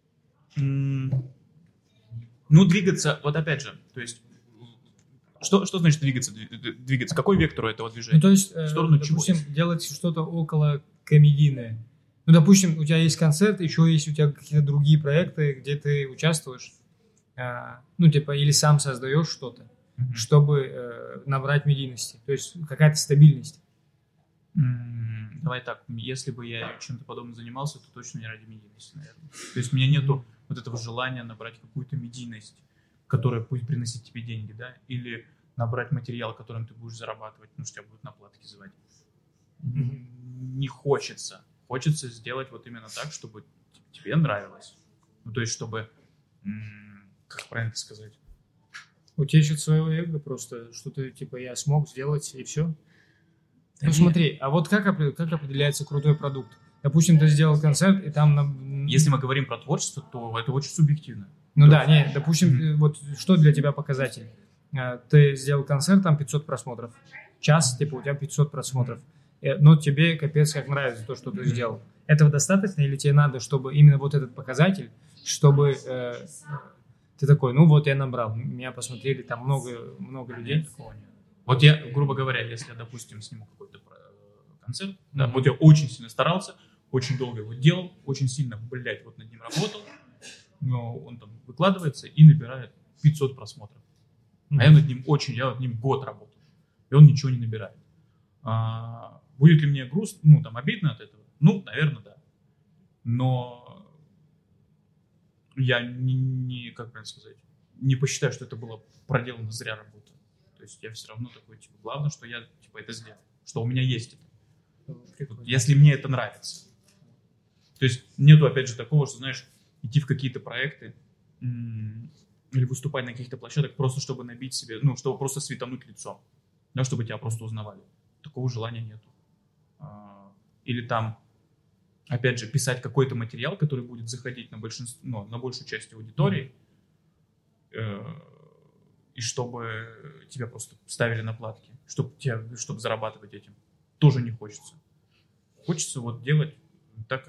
Ну, двигаться, вот опять же, то есть, что значит двигаться? Двигаться? Какой вектор у этого движения? Ну, то есть, В сторону допустим, чего? делать что-то около комедийное. Ну, допустим, у тебя есть концерт, еще есть у тебя какие-то другие проекты, где ты участвуешь, ну, типа, или сам создаешь что-то, чтобы набрать медийности. То есть, какая-то стабильность. Давай так, если бы я чем-то подобным занимался, то точно не ради медийности, наверное. То есть у меня нету вот этого желания набрать какую-то медийность, которая будет приносить тебе деньги, да, или набрать материал, которым ты будешь зарабатывать, потому что тебя будут на платки звать. Не хочется. Хочется сделать вот именно так, чтобы тебе нравилось. Ну, то есть, чтобы, как правильно сказать? Утечет своего эго просто, что ты, типа, я смог сделать, и все. Ну смотри, а вот как определяется крутой продукт? Допустим, ты сделал концерт, и там... Если мы говорим про творчество, то это очень субъективно. Ну да, не, допустим, вот что для тебя показатель? Ты сделал концерт, там 500 просмотров. Час, типа, у тебя 500 просмотров. Но тебе капец как нравится то, что ты сделал. Этого достаточно или тебе надо, чтобы именно вот этот показатель, чтобы ты такой, ну вот я набрал, меня посмотрели там много людей. Нет, такого нет. Вот я, грубо говоря, если я, допустим, сниму какой-то концерт, да, вот я очень сильно старался, очень долго его делал, очень сильно, блядь, вот над ним работал, но он там выкладывается и набирает 500 просмотров. А я над ним год работал, и он ничего не набирает. Будет ли мне грустно, ну, там, обидно от этого? Ну, наверное, да. Но я не как правильно сказать, не посчитаю, что это было проделано зря работа. То есть я все равно такой, типа, главное, что я, типа, это сделал, что у меня есть это. Вот, если мне это нравится. То есть нету, опять же, такого, что, знаешь, идти в какие-то проекты или выступать на каких-то площадках просто, чтобы набить себе, ну, чтобы просто светануть лицом, да, чтобы тебя просто узнавали. Такого желания нету. Или там, опять же, писать какой-то материал, который будет заходить на большую часть аудитории, и чтобы тебя просто ставили на платки, чтобы зарабатывать этим. Тоже не хочется. Хочется вот делать так,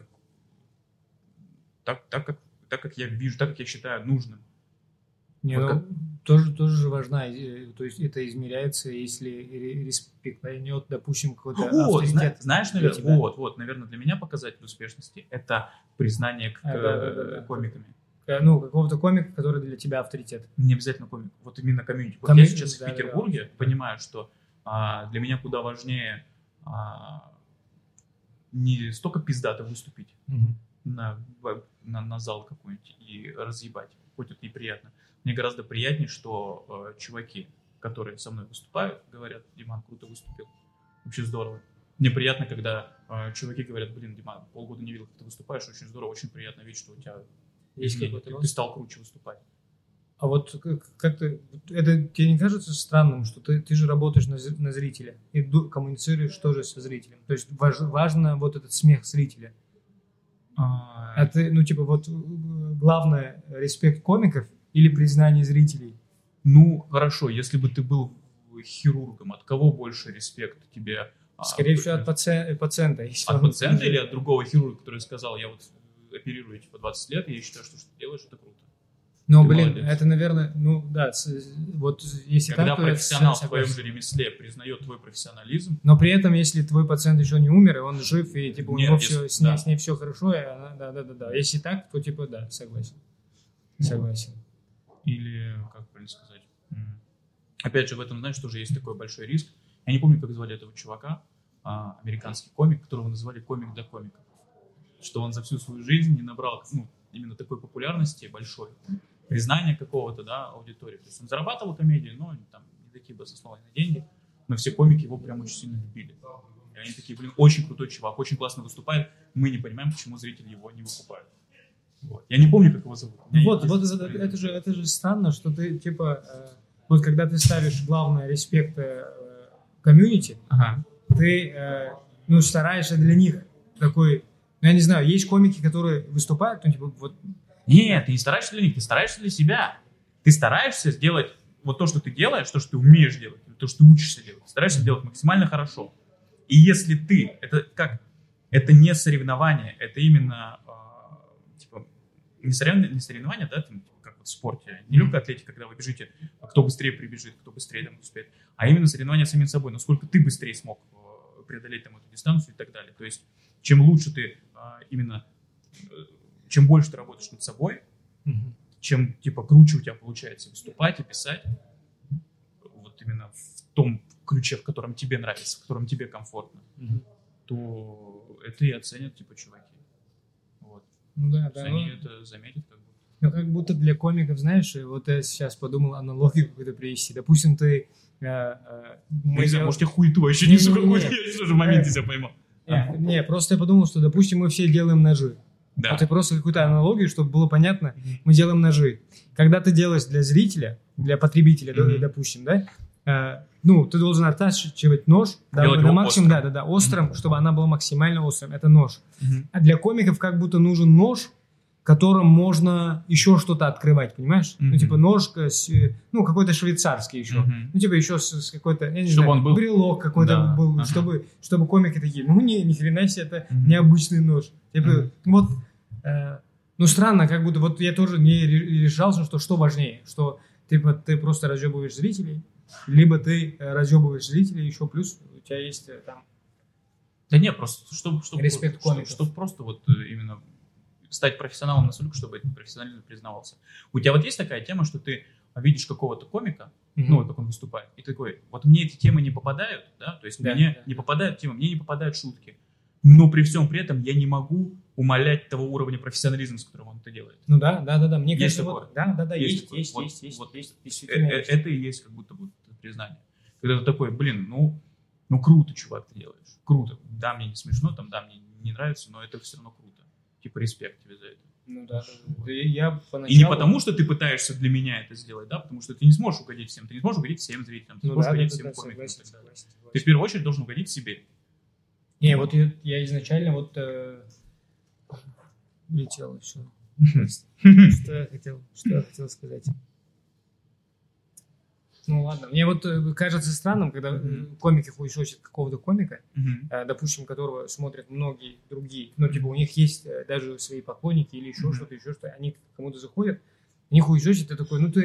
как я вижу, так, как я считаю нужным. Не, вот ну, тоже же важна, то есть это измеряется, если респектнет, допустим, какой-то авторитет. Знаешь, наверное, наверное, для меня показатель успешности — это признание комиками. Ну, какого-то комика, который для тебя авторитет. Не обязательно комик, вот именно комьюнити. Вот я сейчас в Петербурге понимаю, что для меня куда важнее не столько пиздато выступить на зал какой-нибудь и разъебать, хоть это и приятно. Мне гораздо приятнее, что чуваки, которые со мной выступают, говорят: Диман, круто выступил, вообще здорово. Мне приятно, когда чуваки говорят: блин, Диман, полгода не видел, как ты выступаешь, очень здорово, очень приятно видеть, что у тебя есть ты стал круче выступать. А вот как это тебе не кажется странным, что ты же работаешь на зрителя и коммуницируешь тоже со зрителем? То есть важно вот этот смех зрителя. А ты, ну, типа, вот главное, респект комиков или признание зрителей? Ну, хорошо, если бы ты был хирургом, от кого больше респект тебе? Скорее всего, от пациента. От пациента или от другого хирурга, который сказал: я вот оперирую типа 20 лет, и я считаю, что ты делаешь, это круто. Ну, блин, молодец. Это, наверное, ну, да, вот если когда так, профессионал в твоем же ремесле признает твой профессионализм. Но при этом, если твой пациент еще не умер, и он жив, и типа у него с ней все хорошо, и она, да. Если так, то типа да, согласен. Или, как правильно сказать, опять же, в этом, знаешь, тоже есть такой большой риск. Я не помню, как звали этого чувака, американский комик, которого называли комик для комиков. Что он за всю свою жизнь не набрал, ну, именно такой популярности большой, признания какого-то, да, аудитории. То есть он зарабатывал комедию, но там не такие баснословные деньги, но все комики его прям очень сильно любили. И они такие: блин, очень крутой чувак, очень классно выступает, мы не понимаем, почему зрители его не выкупают. Вот. Я не помню, как его зовут. Вот это же странно, что ты, типа, вот когда ты ставишь главное респект комьюнити, ты, ну, стараешься для них такой, ну, я не знаю, есть комики, которые выступают, ну, типа, вот... Нет, ты не стараешься для них, ты стараешься для себя. Ты стараешься сделать вот то, что ты делаешь, то, что ты умеешь делать, то, что ты учишься делать. Ты стараешься делать максимально хорошо. И если ты, это не соревнование, это именно, типа, не соревнования, да, там, как вот в спорте, не легкая атлетика, когда вы бежите, кто быстрее прибежит, кто быстрее там успеет, а именно соревнования с самим собой, насколько ты быстрее смог преодолеть там эту дистанцию и так далее. То есть, чем лучше ты чем больше ты работаешь над собой, чем, типа, круче у тебя получается выступать и писать, вот именно в том ключе, в котором тебе нравится, в котором тебе комфортно, то это и оценят, типа, чуваки. Вот. Ну да, да. Они это заметят, как бы. Ну, как будто для комиков, знаешь, вот я сейчас подумал аналогию какую-то привести. Допустим, ты... Не знаю, может, я хуету вообще несу какую-то, я тоже в моменте себя поймал. Не, просто я подумал, что, допустим, мы все делаем ножи. Да. Вот и просто какую-то аналогию, чтобы было понятно, мы делаем ножи. Когда ты делаешь для зрителя, для потребителя, допустим, да, ну, ты должен оттачивать нож до максимума, острым, чтобы она была максимально острым. Это нож. А для комиков как будто нужен нож, которым можно еще что-то открывать, понимаешь? Ну, типа нож, ну, какой-то швейцарский еще. Ну, типа еще с какой-то, я не чтобы знаю, он был... брелок какой-то был, чтобы комики такие, ну, ни хрена себе, это необычный нож. Типа, вот, ну, странно, как будто, вот я тоже не решался, что важнее, что, типа, ты просто разъебываешь зрителей, либо ты разъебываешь зрителей, еще плюс у тебя есть там... Да не, просто, чтобы респект комиков. Чтобы просто вот именно стать профессионалом настолько, чтобы этот профессионализм признавался. У тебя вот есть такая тема, что ты видишь какого-то комика, ну, вот как он выступает, и такой, вот мне эти темы не попадают, да, то есть мне не попадают темы, мне не попадают шутки, но при всем при этом я не могу умалять того уровня профессионализма, с которым он это делает. Ну да, мне есть кажется, такое. Вот, да, есть. Это и есть как будто бы признание. Когда ты такой, блин, ну круто, чувак, ты делаешь, круто, да, мне не смешно, там, да, мне не нравится, но это все равно круто. Типа, респект тебе за это. Ну да. Я поначалу... И не потому, что ты пытаешься для меня это сделать, да, потому что ты не сможешь угодить всем, ты не сможешь угодить всем зрителям, ты не сможешь угодить всем комикам. Ты в первую очередь должен угодить себе. Не, вот я изначально вот летел еще. Что я хотел сказать? Ну ладно, мне вот кажется странным, когда комики хуесосят какого-то комика, допустим, которого смотрят многие другие, ну типа у них есть даже свои поклонники или еще что-то, они к кому-то заходят, они хуесосят, ты такой, ну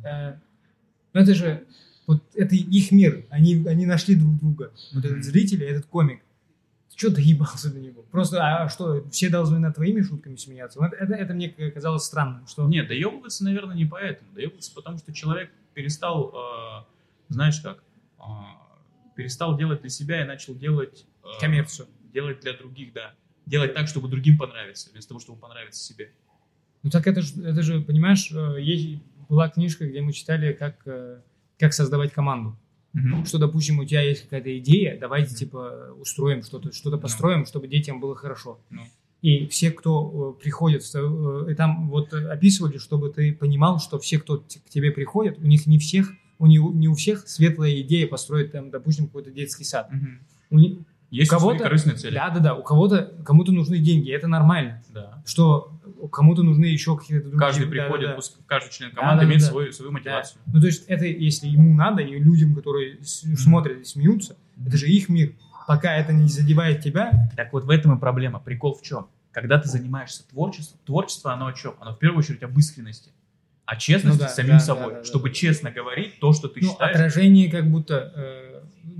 это же, вот это их мир, они нашли друг друга, вот этот зритель и этот комик. Ты что доебался до него? Просто, а что, все должны над твоими шутками смеяться? Это мне казалось странным, что... Нет, доебываться, наверное, не поэтому, доебываться потому, что человек перестал, знаешь как, перестал делать для себя и начал делать... коммерцию. Делать для других, да. Делать так, чтобы другим понравиться, вместо того, чтобы понравиться себе. Ну так это же, понимаешь, была книжка, где мы читали, как создавать команду. Что, допустим, у тебя есть какая-то идея, давайте, типа, устроим что-то построим, чтобы детям было хорошо. И все, кто приходит, и там вот описывали, чтобы ты понимал, что все, кто к тебе приходят, у них не у всех светлая идея построить там, допустим, какой-то детский сад. Есть у свои корыстные цели. Да, кому-то нужны деньги, это нормально. Да. Что кому-то нужны еще какие-то другие... Каждый приходит, каждый член команды имеет свою мотивацию. Да. Ну, то есть это, если ему надо, и людям, которые смотрят и смеются, это же их мир. Пока это не задевает тебя... Так вот в этом и проблема. Прикол в чем? Когда ты занимаешься творчеством, творчество, оно о чем? Оно в первую очередь об искренности. О честности с самим собой. Чтобы честно говорить то, что ты считаешь. Отражение как будто...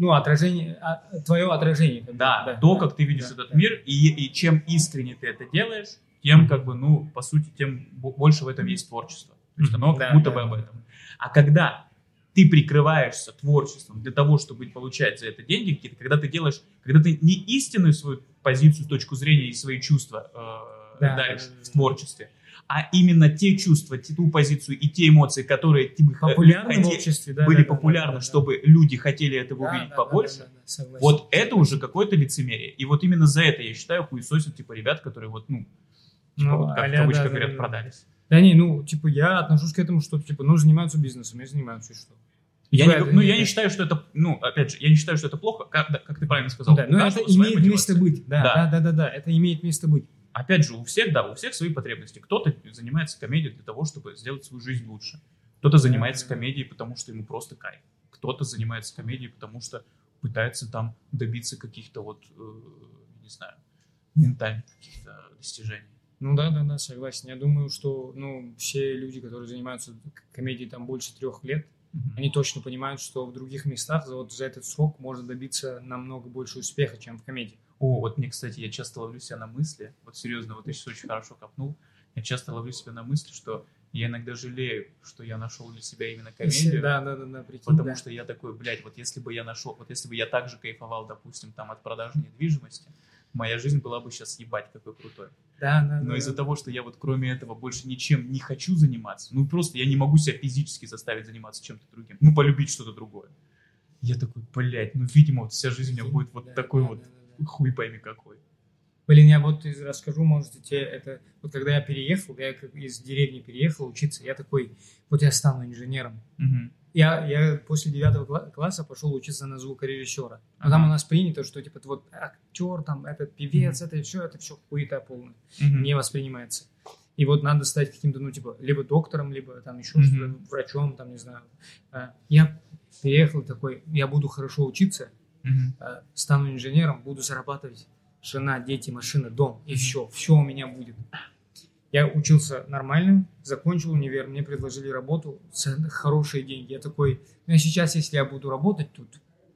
твое отражение. То, как ты видишь этот мир, и чем искренне ты это делаешь, тем, как бы, по сути, тем больше в этом есть творчество. То есть оно как будто бы об этом. А когда ты прикрываешься творчеством для того, чтобы получать за это деньги какие-то, когда ты не истинную свою позицию, точку зрения и свои чувства даришь в творчестве, а именно те чувства, ту позицию и те эмоции, которые популярны в обществе, были популярны, чтобы люди хотели этого увидеть побольше, вот это уже какое-то лицемерие. И вот именно за это, я считаю, хуесосят, типа, ребят, которые вот, как в кавычках говорят, продались. Да не, я отношусь к этому, что, занимаются бизнесом, и занимаются, и что? Я не считаю, что это, опять же, я не считаю, что это плохо, как ты правильно сказал. Да, но это имеет место быть. Да, это имеет место быть. Опять же, у всех свои потребности. Кто-то занимается комедией для того, чтобы сделать свою жизнь лучше. Кто-то занимается комедией, потому что ему просто кайф. Кто-то занимается комедией, потому что пытается там добиться каких-то не знаю, ментальных каких-то достижений. Ну да, согласен. Я думаю, что все люди, которые занимаются комедией там больше 3 лет, они точно понимают, что в других местах за этот срок можно добиться намного больше успеха, чем в комедии. Вот мне, кстати, я часто ловлю себя на мысли, вот серьезно, вот ты сейчас очень хорошо копнул, я часто ловлю себя на мысли, что я иногда жалею, что я нашел для себя именно комедию. Да, прикинь, потому что я такой, блядь, вот если бы я так же кайфовал, допустим, там от продажи недвижимости, моя жизнь была бы сейчас ебать какой крутой. Но из-за того, что я вот кроме этого больше ничем не хочу заниматься, просто я не могу себя физически заставить заниматься чем-то другим, полюбить что-то другое. Я такой, блядь, видимо, вот вся жизнь у меня будет вот такой вот хуй пойми какой. Блин, я вот расскажу, может, тебе это... Вот когда я переехал, я из деревни переехал учиться, я такой, вот я стану инженером. Я после 9 класса пошел учиться на звукорежиссера. Но там у нас принято, что типа вот актер, там, этот певец, это все хуета полная. Не воспринимается. И вот надо стать каким-то, либо доктором, либо там еще что-то, врачом, там, не знаю. Я переехал такой, я буду хорошо учиться, стану инженером, буду зарабатывать. Жена, дети, машина, дом, и все у меня будет. Я учился нормально, закончил универ, мне предложили работу за хорошие деньги. Я такой, сейчас, если я буду работать тут,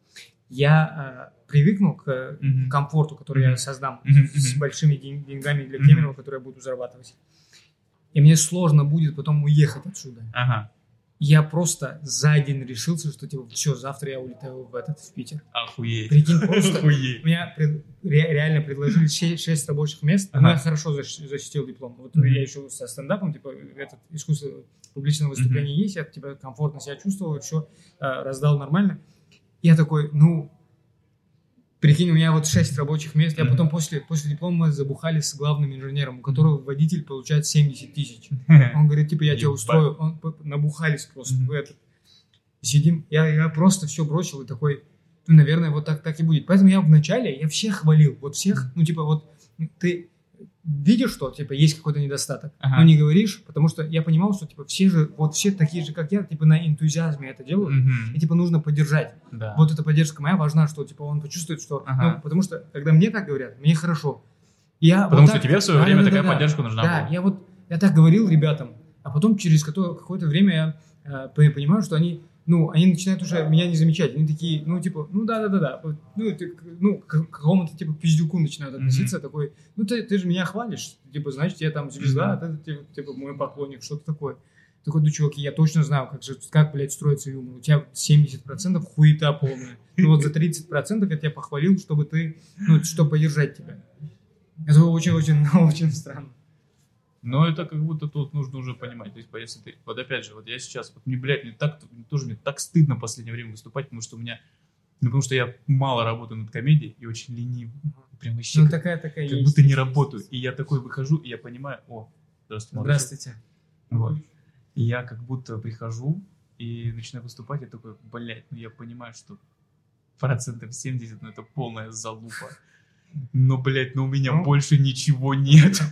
я привыкну к комфорту, который я создам с большими деньгами для Кемерово, которые я буду зарабатывать. И мне сложно будет потом уехать отсюда. Я просто за день решился, что все, завтра я улетаю в Питер. Охуеть. Прикинь, просто меня реально предложили 6 рабочих мест, но я хорошо защитил диплом. Вот я еще со стендапом, искусство публичного выступления есть, я комфортно себя чувствовал, все раздал нормально. Я такой, прикинь, у меня вот 6 рабочих мест. Я потом после диплома мы забухали с главным инженером, у которого водитель получает 70 тысяч. Он говорит, я тебя устрою. Набухались просто в этот. Сидим, я просто все бросил и такой, наверное, вот так и будет. Поэтому я вначале, я всех хвалил. Вот всех, ты видишь, что, есть какой-то недостаток, но не говоришь, потому что я понимал, что, все такие же, как я, на энтузиазме это делают, и, нужно поддержать. Да. Вот эта поддержка моя важна, что, он почувствует, что, потому что, когда мне так говорят, мне хорошо. Потому что тебе в свое время такая поддержка нужна была. Да, я так говорил ребятам, а потом через какое-то время я понимаю, что они начинают уже меня не замечать. Они такие, да. К какому-то, пиздюку начинают относиться. Такой, ты же меня хвалишь. Значит, я там звезда, а ты, мой поклонник, что-то такое. Такой, чуваки, я точно знаю, как блядь, строится юмор. У тебя 70% хуета полная. За 30% я тебя похвалил, чтобы чтобы поддержать тебя. Это очень странно. Но это как будто тут нужно уже понимать. То есть, если ты, опять же, я сейчас, мне так стыдно в последнее время выступать, потому что я мало работаю над комедией и очень ленив. Прям вообще такая как есть. будто не работаю. И я такой выхожу, и я понимаю, здравствуйте. Вот. И я как будто прихожу и начинаю выступать, и такой, я понимаю, что 70% это полная залупа. Но, у меня больше ничего нет.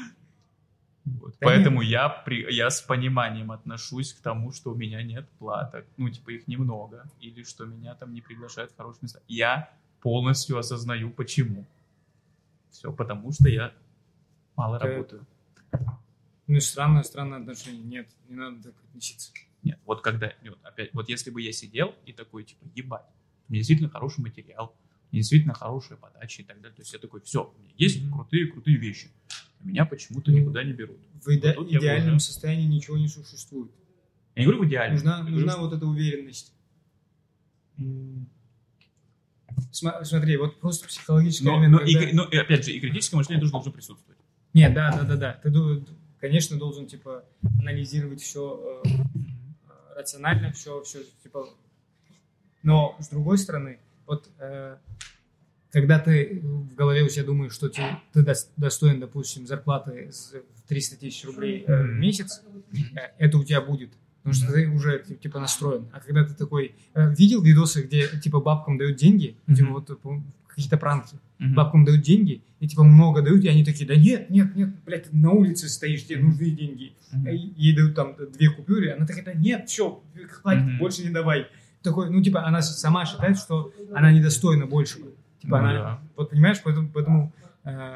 Вот. Поэтому я с пониманием отношусь к тому, что у меня нет платок, их немного, или что меня там не приглашают в хорошие места. Я полностью осознаю, почему. Все, потому что я мало работаю. Странное отношение. Нет, не надо так относиться. Нет, если бы я сидел и такой, ебать, у меня действительно хороший материал, у меня действительно хорошая подача и так далее. То есть я такой, все, у меня есть крутые вещи. Меня почему-то никуда не берут. В идеальном состоянии ничего не существует. Я не говорю в идеальном. Нужна вот эта уверенность. Смотри, вот просто психологический момент. Но опять же, и критическое мышление тоже должно присутствовать. Нет, да. Ты, конечно, должен, анализировать все рационально, все, но, с другой стороны, когда ты в голове у себя думаешь, что ты достоин, допустим, зарплаты в 300 тысяч рублей в месяц, это у тебя будет, потому что ты уже, настроен. А когда ты такой... Видел видосы, где, бабкам дают деньги, какие-то пранки, бабкам дают деньги, и, много дают, и они такие, да нет, блядь, ты на улице стоишь, тебе нужны деньги. Ей дают там 2 купюры, она такая, да нет, все, хватит, больше не давай. Такой, она сама считает, что она недостойна большего. Вот понимаешь, поэтому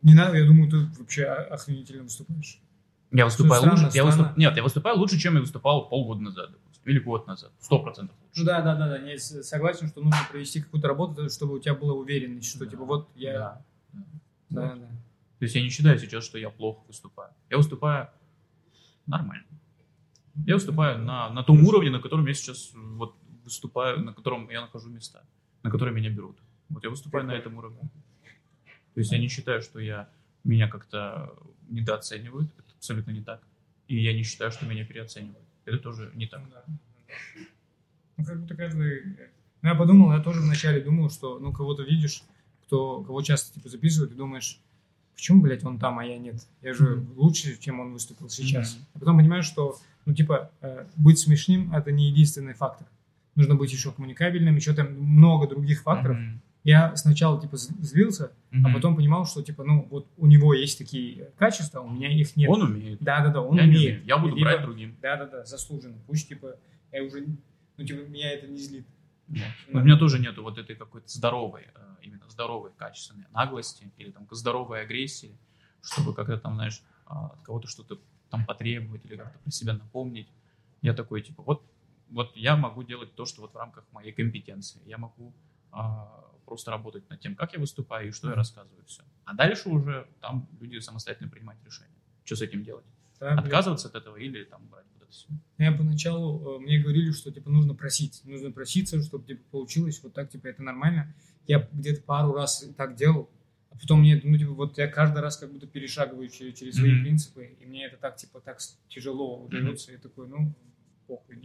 Не надо, я думаю, ты вообще охренительно выступаешь. Я выступаю Странно, лучше. странно. Нет, я выступаю лучше, чем я выступал полгода назад, допустим, или год назад. 100% лучше. Ну да, я согласен, что нужно провести какую-то работу, чтобы у тебя была уверенность, что Да, типа вот я... Да. Да. То есть я не считаю сейчас, что я плохо выступаю. Я выступаю нормально. Я выступаю на том уровне, на котором я сейчас вот выступаю, на котором я нахожу места, на которые меня берут. Вот я выступаю на этом уровне. То есть я не считаю, что меня как-то недооценивают. Это абсолютно не так. И я не считаю, что меня переоценивают. Это тоже не так. Ну, как будто каждый... Ну, я подумал, я тоже вначале думал, что, ну, кого-то видишь, кого часто, типа, записывают, и думаешь, почему, блядь, он там, а я нет? Я же лучше, чем он выступил сейчас. А потом понимаешь, что, ну, типа, быть смешным – это не единственный фактор. Нужно быть еще коммуникабельным, еще там много других факторов. Я сначала, типа, злился, а потом понимал, что, типа, ну, вот у него есть такие качества, у меня их нет. Он умеет. Да, он Я не умеет. умею. Я буду брать другим. Да, заслуженно. Пусть, типа, я уже, ну, типа, меня это не злит. Но у меня тоже нету вот этой какой-то здоровой, именно здоровой, качественной наглости или там здоровой агрессии, чтобы как-то там, знаешь, от кого-то что-то там потребовать или как-то про себя напомнить. Я такой, типа, вот я могу делать то, что вот в рамках моей компетенции. Я могу просто работать над тем, как я выступаю и что я рассказываю, все. А дальше уже там люди самостоятельно принимают решение. Что с этим делать? Да, Отказываться от этого или там брать вот это все? Я поначалу, мне говорили, что, типа, нужно проситься, чтобы, типа, получилось, вот так, типа, это нормально. Я где-то пару раз так делал, а потом мне, ну, типа, вот я каждый раз как будто перешагиваю через свои принципы, и мне это так, типа, так тяжело удается, и такой, ну, похуй,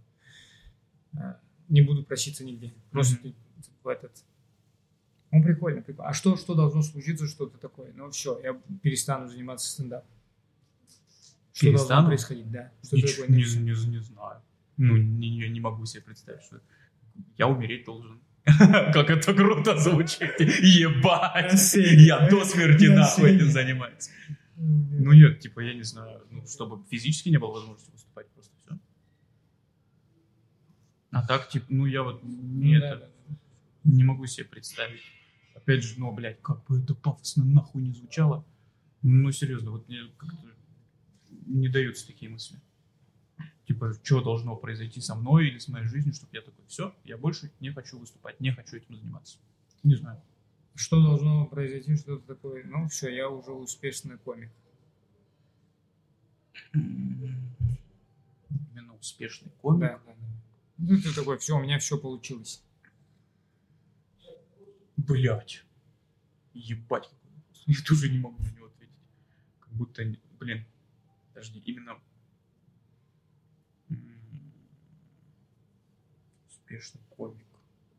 не буду проситься нигде. Просто типа, ну, прикольно. А что должно случиться, что-то такое? Ну, все, я перестану заниматься стендапом. Что должно происходить, да? Что такое? Не знаю. Ну, не могу себе представить, что я умереть должен. Как это круто звучит. Ебать. Я до смерти нахуй этим занимаюсь. Ну нет, типа, я не знаю, чтобы физически не было возможности выступать, просто все. А так, типа, ну я вот не могу себе представить. Опять же, ну, блядь, как бы это пафосно нахуй не звучало. Ну, серьезно, вот мне как-то не даются такие мысли. Типа, что должно произойти со мной или с моей жизнью, чтобы я такой, все, я больше не хочу выступать, не хочу этим заниматься. Не знаю. Что должно произойти, что-то такое? Ну, все, я уже успешный комик. Именно успешный комик? Да. Ну, ты такой, все, у меня все получилось. Блять. Ебать, какой вопрос. Я тоже не могу на него ответить. Как будто, блин, подожди, именно успешный комик.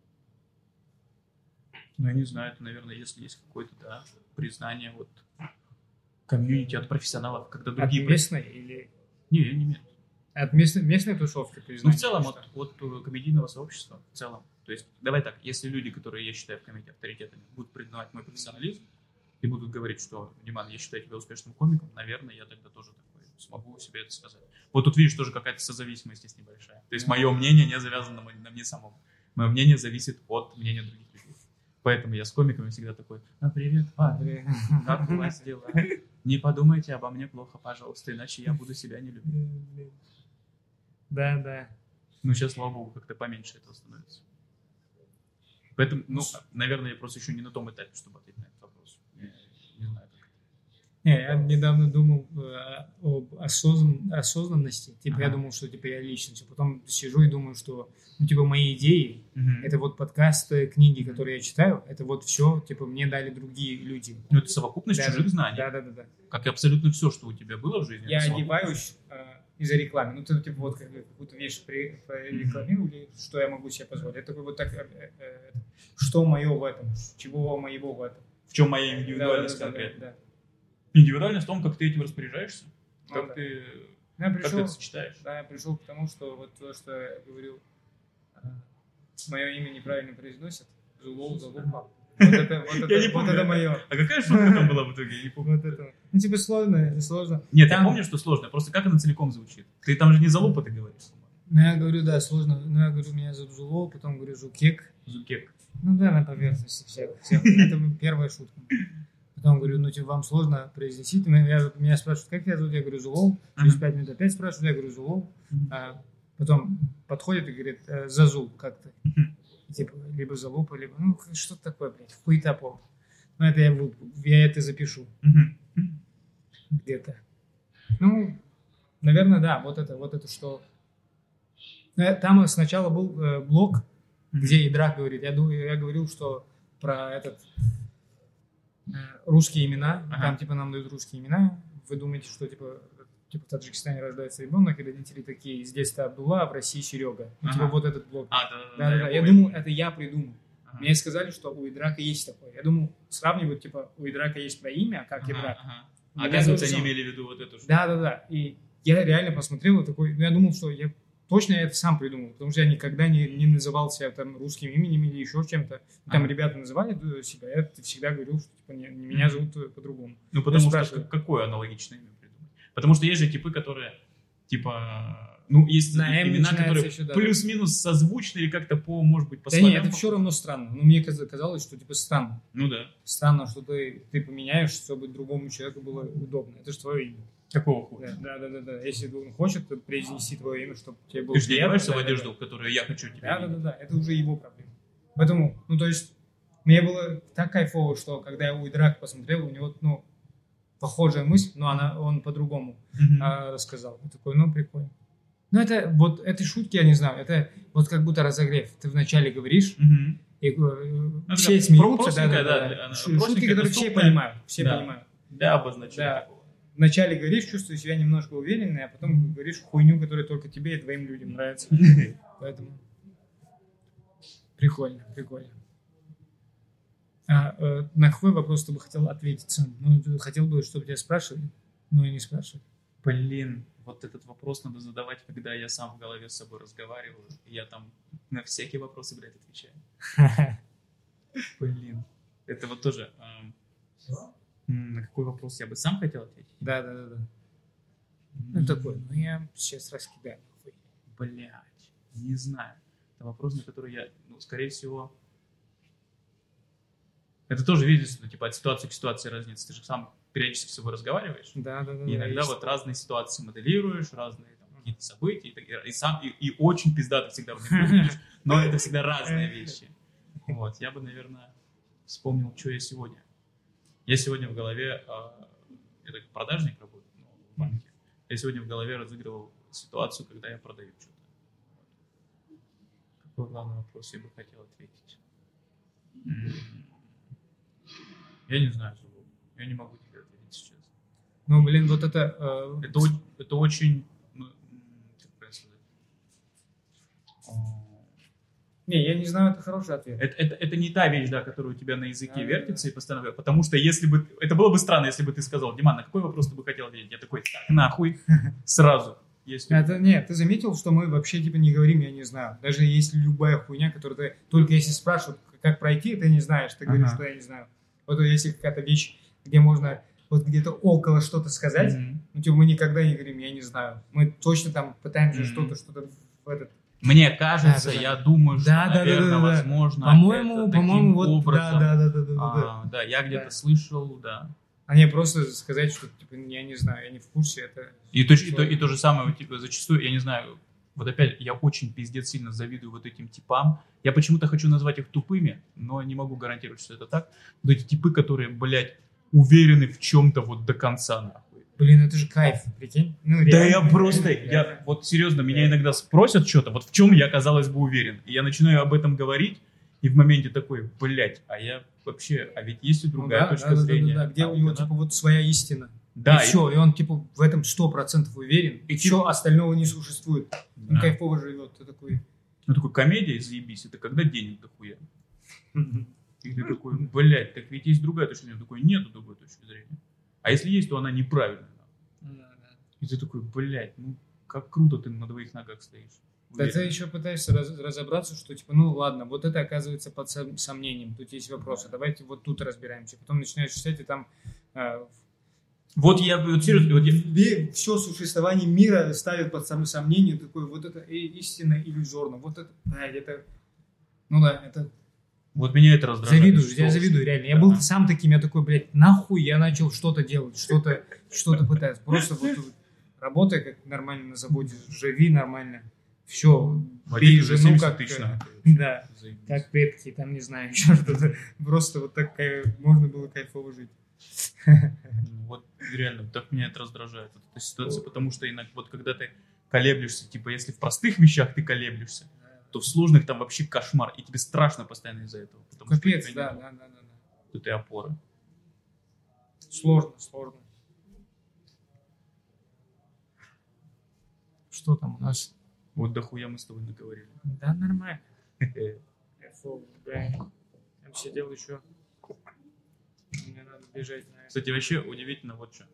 Ну, я не знаю, это, наверное, если есть какое-то, да, признание вот комьюнити от профессионалов, когда другие... От местной или... Не, я не местный. От местной тусовки признание? Ну, в целом, от комедийного сообщества, в целом. То есть, давай так, если люди, которые я считаю в комедии авторитетами, будут признавать мой профессионализм и будут говорить, что, Диман, я считаю тебя успешным комиком, наверное, я тогда тоже такой смогу себе это сказать. Вот тут, видишь, тоже какая-то созависимость есть небольшая. То есть, мое мнение не завязано на мне самом. Мое мнение зависит от мнения других людей. Поэтому я с комиками всегда такой, привет, парень, как у вас дела? Не подумайте обо мне плохо, пожалуйста, иначе я буду себя не любить. Да. Ну, сейчас, слава богу, как-то поменьше этого становится. Поэтому, ну, наверное, я просто еще не на том этапе, чтобы ответить на этот вопрос. Я не знаю, как. Я недавно думал об осознанности. Типа, я думал, что, типа, я личность. А потом сижу и думаю, что, ну, типа, мои идеи, это вот подкасты, книги, которые я читаю, это вот все, типа, мне дали другие люди. Ну, это совокупность чужих знаний. Да. Как и абсолютно все, что у тебя было в жизни. Я одеваюсь из-за рекламы. Ну, ты, типа, вот какую-то вещь прорекламировали, что я могу себе позволить. Это такой вот так, что мое в этом, чего моего в этом. В чем моя индивидуальность конкретно? Да. Индивидуальность в том, как ты этим распоряжаешься, как ты это сочетаешь. Да, я пришел к тому, что вот то, что я говорил, мое имя неправильно произносят, Зулуха. Вот это мое. А какая шутка там была в итоге? Я не помню. Вот это. Ну, типа, сложно. Нет, я помню, что сложно, просто как она целиком звучит. Ты там же не Залупа ты говоришь. Ну, я говорю, да, сложно. Ну, я говорю, меня зовут Зуло, потом говорю Зукек. Зукек. Ну, да, на поверхности всех. Это первая шутка. Потом говорю, ну, типа, вам сложно произнести. Меня спрашивают, как тебя зовут? Я говорю, Зулов. Через 5 минут опять спрашивают, я говорю, Зулов. Потом подходит и говорит, Зазул, как ты? Типа, либо Залупа, либо, ну, что-то такое, блядь, хуета пол. Ну, это я это запишу. Где-то. Ну, наверное, да, вот это что... Там сначала был блог, где Идрак говорит, я говорил, что про этот русские имена, там, типа, нам дают русские имена, вы думаете, что, типа, в Таджикистане рождается ребенок, и родители такие, здесь ты Абдулла, а в России Серега. Типа, вот этот блог. Да. Я думал, это я придумал. Мне сказали, что у Идрака есть такое. Я думал, сравнивают, типа, у Идрака есть про имя, как Идрак. Оказывается, они имели в виду вот эту штуку. Да. И я реально посмотрел такой, я думал, что я точно это сам придумал, потому что я никогда не называл себя там русским именем или еще чем-то. Там ребята называли себя, я всегда говорил, что типа, меня зовут по-другому. Ну, потому что какое аналогичное имя придумать? Потому что есть же типы, которые, типа, ну, есть имена, которые еще, плюс-минус созвучны или как-то может быть, по слогам. Да нет, это все равно странно. Ну, мне казалось, что типа странно. Ну да. Странно, что ты поменяешь, чтобы другому человеку было удобно. Это же твое имя. Какого хуя? Да. Если он хочет произнести твое имя, чтобы тебе было... Ты же не одеваешься в одежду, которую я хочу тебе. Да. Это уже его проблема. Поэтому, ну, то есть, мне было так кайфово, что когда я у Идрака посмотрел, у него, ну, похожая мысль, но он по-другому рассказал. Я такой, ну, прикольно. Ну, это вот этой шутки, я не знаю, это вот как будто разогрев. Ты вначале говоришь, и все смеются, да. Шутки, которые все понимают. Для обозначения такого. Вначале говоришь, чувствуешь себя немножко уверенной, а потом говоришь хуйню, которая только тебе и твоим людям нравится. Поэтому прикольно. На какой вопрос ты бы хотел ответить сам? Ну, ты хотел бы, чтобы тебя спрашивали, но и не спрашивали. Блин, вот этот вопрос надо задавать, когда я сам в голове с собой разговариваю, и я там на всякие вопросы, блядь, отвечаю. Блин, это вот тоже... На какой вопрос я бы сам хотел ответить? Да. Ну, такой, я сейчас раскидаю. Блядь, не знаю. Это вопрос, на который я, скорее всего... Это тоже видишь, что типа от ситуации к ситуации разница. Ты же сам периодически с собой разговариваешь. Да. И иногда вот разные ситуации моделируешь, разные там, какие-то события, и очень пиздато всегда в них выглядишь, но это всегда разные вещи. Вот, я бы, наверное, вспомнил, что я сегодня. Я сегодня в голове, я так продажник работаю в банке, я сегодня в голове разыгрывал ситуацию, когда я продаю что-то. Какой главный вопрос я бы хотел ответить? Я не знаю, я не могу тебе ответить сейчас. Ну, блин, вот это... Это очень, как правильно сказать? Не, я не знаю, это хороший ответ. Это не та вещь, да, которая у тебя на языке вертится и постоянно... Потому что если бы... Это было бы странно, если бы ты сказал, Диман, на какой вопрос ты бы хотел ответить? Я такой, так нахуй, сразу. Нет, ты заметил, что мы вообще типа не говорим, я не знаю. Даже если любая хуйня, которую ты... Только если спрашивают, как пройти, ты не знаешь, ты говоришь, что я не знаю. Вот если какая-то вещь, где можно вот где-то около что-то сказать, ну типа мы никогда не говорим, я не знаю. Мы точно там пытаемся что-то в этот... Мне кажется, я думаю, что, наверное, возможно, по-моему, вот, образом. Да, я где-то слышал, да. А не просто сказать, что, типа, я не знаю, я не в курсе, это... И то же самое, типа, зачастую, я не знаю, вот опять, я очень пиздец сильно завидую вот этим типам. Я почему-то хочу назвать их тупыми, но не могу гарантировать, что это так. Вот эти типы, которые, блядь, уверены в чем-то вот до конца, нахуй. Блин, это же кайф, прикинь. Ну, да я просто, вот серьезно, меня иногда спросят что-то, вот в чем я, казалось бы, уверен. И я начинаю об этом говорить, и в моменте такой, блядь, а я вообще, а ведь есть и другая точка зрения. Да, где у него, типа, вот своя истина. Да. И все, и он, типа, в этом 100% уверен, и все, остального не существует. Да. Он кайфово живет, ты такой... Ну, такой комедия, заебись, это когда денег дохуя. И ты такой, блядь, так ведь есть другая точка зрения. Такой, нету другой точки зрения. А если есть, то она неправильная. И ты такой, блядь, ну как круто ты на двоих ногах стоишь. Да ты еще пытаешься разобраться, что типа, ну ладно, вот это оказывается под сомнением. Тут есть вопросы, давайте вот тут разбираемся. Потом начинаешь читать, и там... Вот я, вот серьезно, все существование мира ставит под сомнение, такое, вот это истинно иллюзорно. Вот это, это... Ну да, это... Вот меня это раздражает. Завидую, что- я завидую, реально. Я Да. был сам таким, я такой, блядь, нахуй я начал что-то делать, что-то пытаться. Просто вот работай как нормально на заводе, живи нормально. Все, Водитель бей за жену 70 как... тысяч на. Да, как пепки, там, не знаю, еще что-то. Просто вот так можно было кайфово жить. Вот реально, так меня это раздражает, вот эта ситуация, потому что иногда, вот когда ты колеблешься, типа, если в простых вещах ты колеблешься, то в сложных там вообще кошмар, и тебе страшно постоянно из-за этого. Потому что Капец, у тебя да. нет этой опоры. Сложно. Что там у нас? Вот дохуя мы с тобой наговорили. Да, нормально. Кайфово, да. Там сидел еще. Мне надо бежать, наверное. Кстати, вообще удивительно вот что.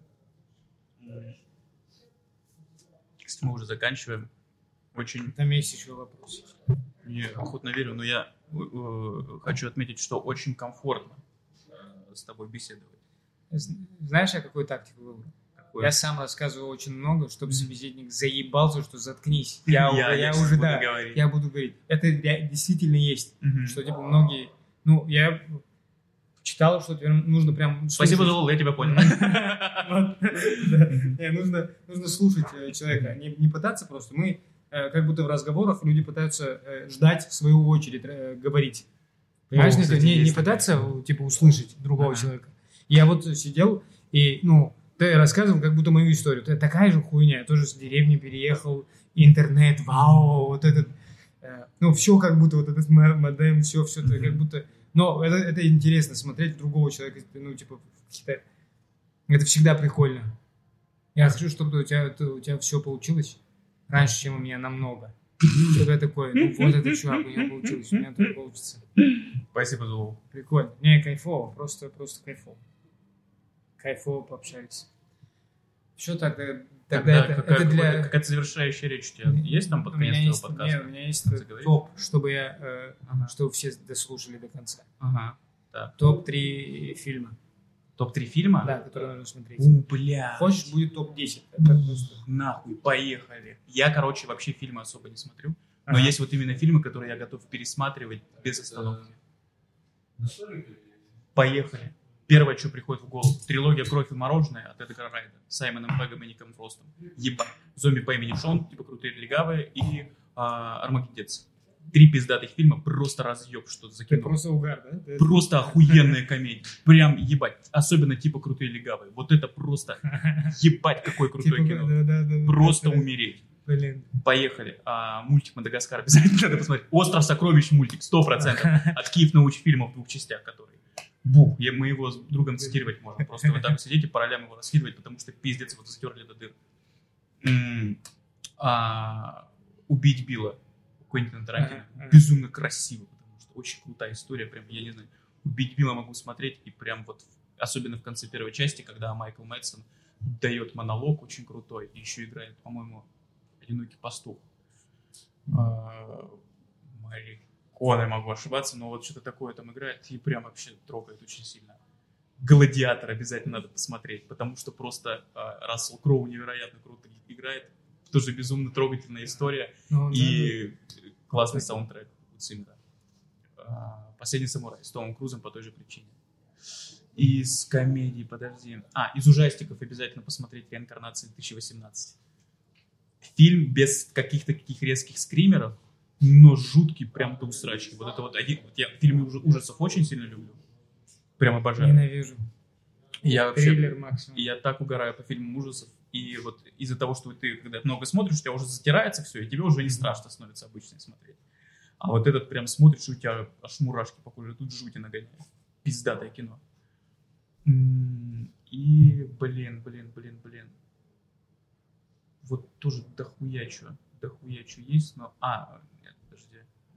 Если мы уже заканчиваем, очень... Там есть еще вопросы. Я охотно верю, но я хочу отметить, что очень комфортно с тобой беседовать. Знаешь, я какую тактику выбрал? Какой? Я сам рассказываю очень много, чтобы собеседник заебался, что заткнись. Я Я сейчас уже, буду да, говорить. я буду говорить. Это действительно есть. Мгм. Что, типа, многие... Ну, я читал, что тебе нужно прям... Спасибо за слушать. лол, я тебя понял. Вот. Да. Не, нужно слушать человека, не пытаться просто. Мы как будто в разговорах люди пытаются ждать в свою очередь говорить. Понимаешь, Ну, кстати, не есть пытаться такое. типа услышать другого Ага. человека. Я вот сидел и, ну, ты рассказывал как будто мою историю. Ты такая же хуйня. Я тоже с деревни переехал, интернет, вау, вот этот, ну, все как будто вот этот модем, все как будто... Но это интересно, смотреть в другого человека, ну, типа, какие-то... Это всегда прикольно. Я хочу, чтобы у тебя все получилось раньше, чем у меня намного. Чтобы я такой, ну, вот этот чувак, у него получилось, у меня тоже получится. Спасибо за лол. Прикольно. Не, кайфово, просто кайфово. Кайфово пообщались. Что тогда это для... Какая-то завершающая речь у тебя есть там под У меня конец есть, твоего подкаста? у меня есть Конце говоришь? топ, чтобы я, Ага. чтобы все дослушали до конца. Ага. Так. Топ-3 фильма, Топ-3 фильма? да, которые нужно смотреть. Бля. Хочешь, будет топ-10. Это просто... Нахуй, поехали. Я, короче, вообще фильмы особо не смотрю. Но Ага. есть вот именно фильмы, которые я готов пересматривать без остановки. Поехали. Первое, что приходит в голову. Трилогия «Кровь и мороженое» от Эдгара Райда. С Саймоном Пеггом и Ником Фростом. Ебать. «Зомби по имени Шон», типа «Крутые легавые» и «Армагеддец». 3 пиздатых фильма, просто разъеб, что за Это кино. просто угар, да? Просто охуенная комедия. Прям ебать. Особенно типа «Крутые легавые». Вот это просто ебать, какое крутое Типа, кино. да. Просто Блин. умереть. Блин. Поехали. Мультик «Мадагаскар» обязательно надо посмотреть. «Остров сокровищ» мультик, 100%. От Киев научфильмов в 2 частях, который. Бух, мы его с другом цитировать можем. Просто вот так вот сидеть и по ролям его раскидывать, потому что пиздец вот затерли до дыр. «Убить Билла» Квентина Тарантино. Ага. Безумно красиво, потому что очень крутая история. Прям, я не знаю, «Убить Билла» могу смотреть, и прям вот, особенно в конце первой части, когда Майкл Мэтсон дает монолог очень крутой, и еще играет, по-моему, «Одинокий пастух». Мариконы, могу ошибаться, но вот что-то такое там играет, и прям вообще трогает очень сильно. «Гладиатор» обязательно надо посмотреть, потому что просто Рассел Кроу невероятно круто играет, тоже безумно трогательная история, Ну, и классный саундтрек у Циммера. «Последний самурай» с Томом Крузом по той же причине. Из комедий, подожди. Из ужастиков обязательно посмотреть «Реинкарнация 2018». Фильм без каких-то таких резких скримеров, но жуткий прям до усрачки. Вот это вот один... Вот я фильмы ужасов очень сильно люблю. Прям обожаю. Ненавижу. Я вообще... Триллер максимум. И я так угораю по фильмам ужасов. И вот из-за того, что ты, когда много смотришь, у тебя уже затирается все, и тебе уже не страшно становится обычно смотреть. А вот этот прям смотришь, и у тебя аж мурашки по коже, тут жути нагоняет. Пиздатое кино. И, блин. Вот тоже дохуя чё есть, но... Нет, подожди.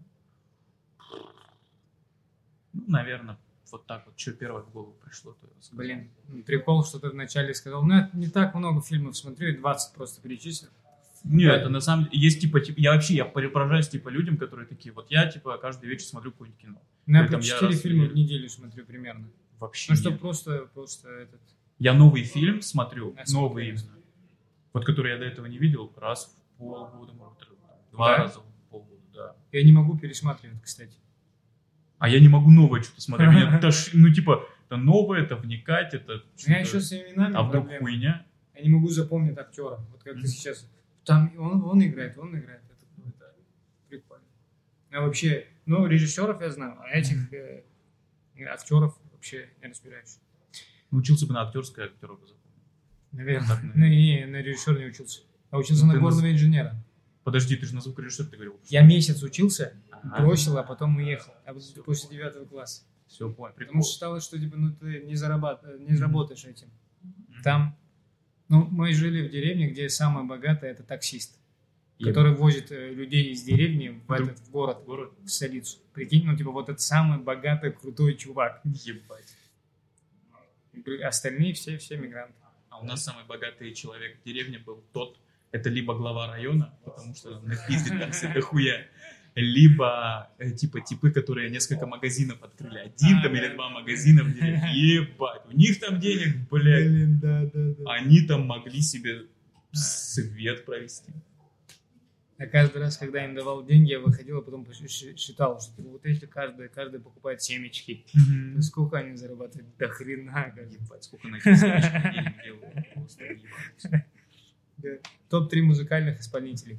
Ну, наверное, вот так вот, что первое в голову пришло, то я скажу. Блин, прикол, что ты вначале сказал. Ну, я не так много фильмов смотрю, и 20 просто перечислил. Нет, это на самом деле есть типа я поражаюсь типа людям, которые такие, вот я типа каждый вечер смотрю какое-нибудь кино. Ну, я При по этом я 4 раз в фильма в неделю. неделю смотрю примерно. Вообще Ну, что нет. просто этот... Я новый фильм смотрю, Я новый смотрю. именно. Вот который я до этого не видел, раз в полгода, может, 2 Да? раза в полгода, да. Я не могу пересматривать, кстати. А я не могу новое что-то смотреть. Меня ну, типа, это новое, это вникать, это У меня еще с именами а вдруг проблема. хуйня? Я не могу запомнить актера. Вот как ты сейчас... Там он играет. Это прикольно. А вообще, ну, режиссеров я знаю, а этих актеров вообще не разбираюсь. Учился бы на актерское, актера бы запомнил. Наверное. Так, Не, на режиссера не учился. А учился Ну, на ты горного инженера. Подожди, ты же на звукорежиссер ты говорил. Я месяц учился, Ага. бросил, а потом уехал. После 9 класса. Все, понял. Потому Прикол. что считалось, что типа, ну, ты не заработаешь этим. Там, ну, мы жили в деревне, где самое богатое это таксист, который возит людей из деревни в город, в столицу. Прикинь, ну, типа, вот это самый богатый, крутой чувак. Ебать. Остальные все мигранты. А у нас самый богатый человек в деревне был тот, это либо глава района, потому что он напиздит там все дохуя, либо типа типы, которые несколько магазинов открыли. Один там или два магазина в деревне. Ебать, у них там денег, блядь. Блин, да. Они там могли себе свет провести. А каждый раз, когда им давал деньги, я выходил, а потом считал, что типа, вот если каждый покупает семечки, то сколько они зарабатывают? До хрена. Ебать, сколько на этих семечках денег делают. Просто ебать. Да. Топ-3 музыкальных исполнителей.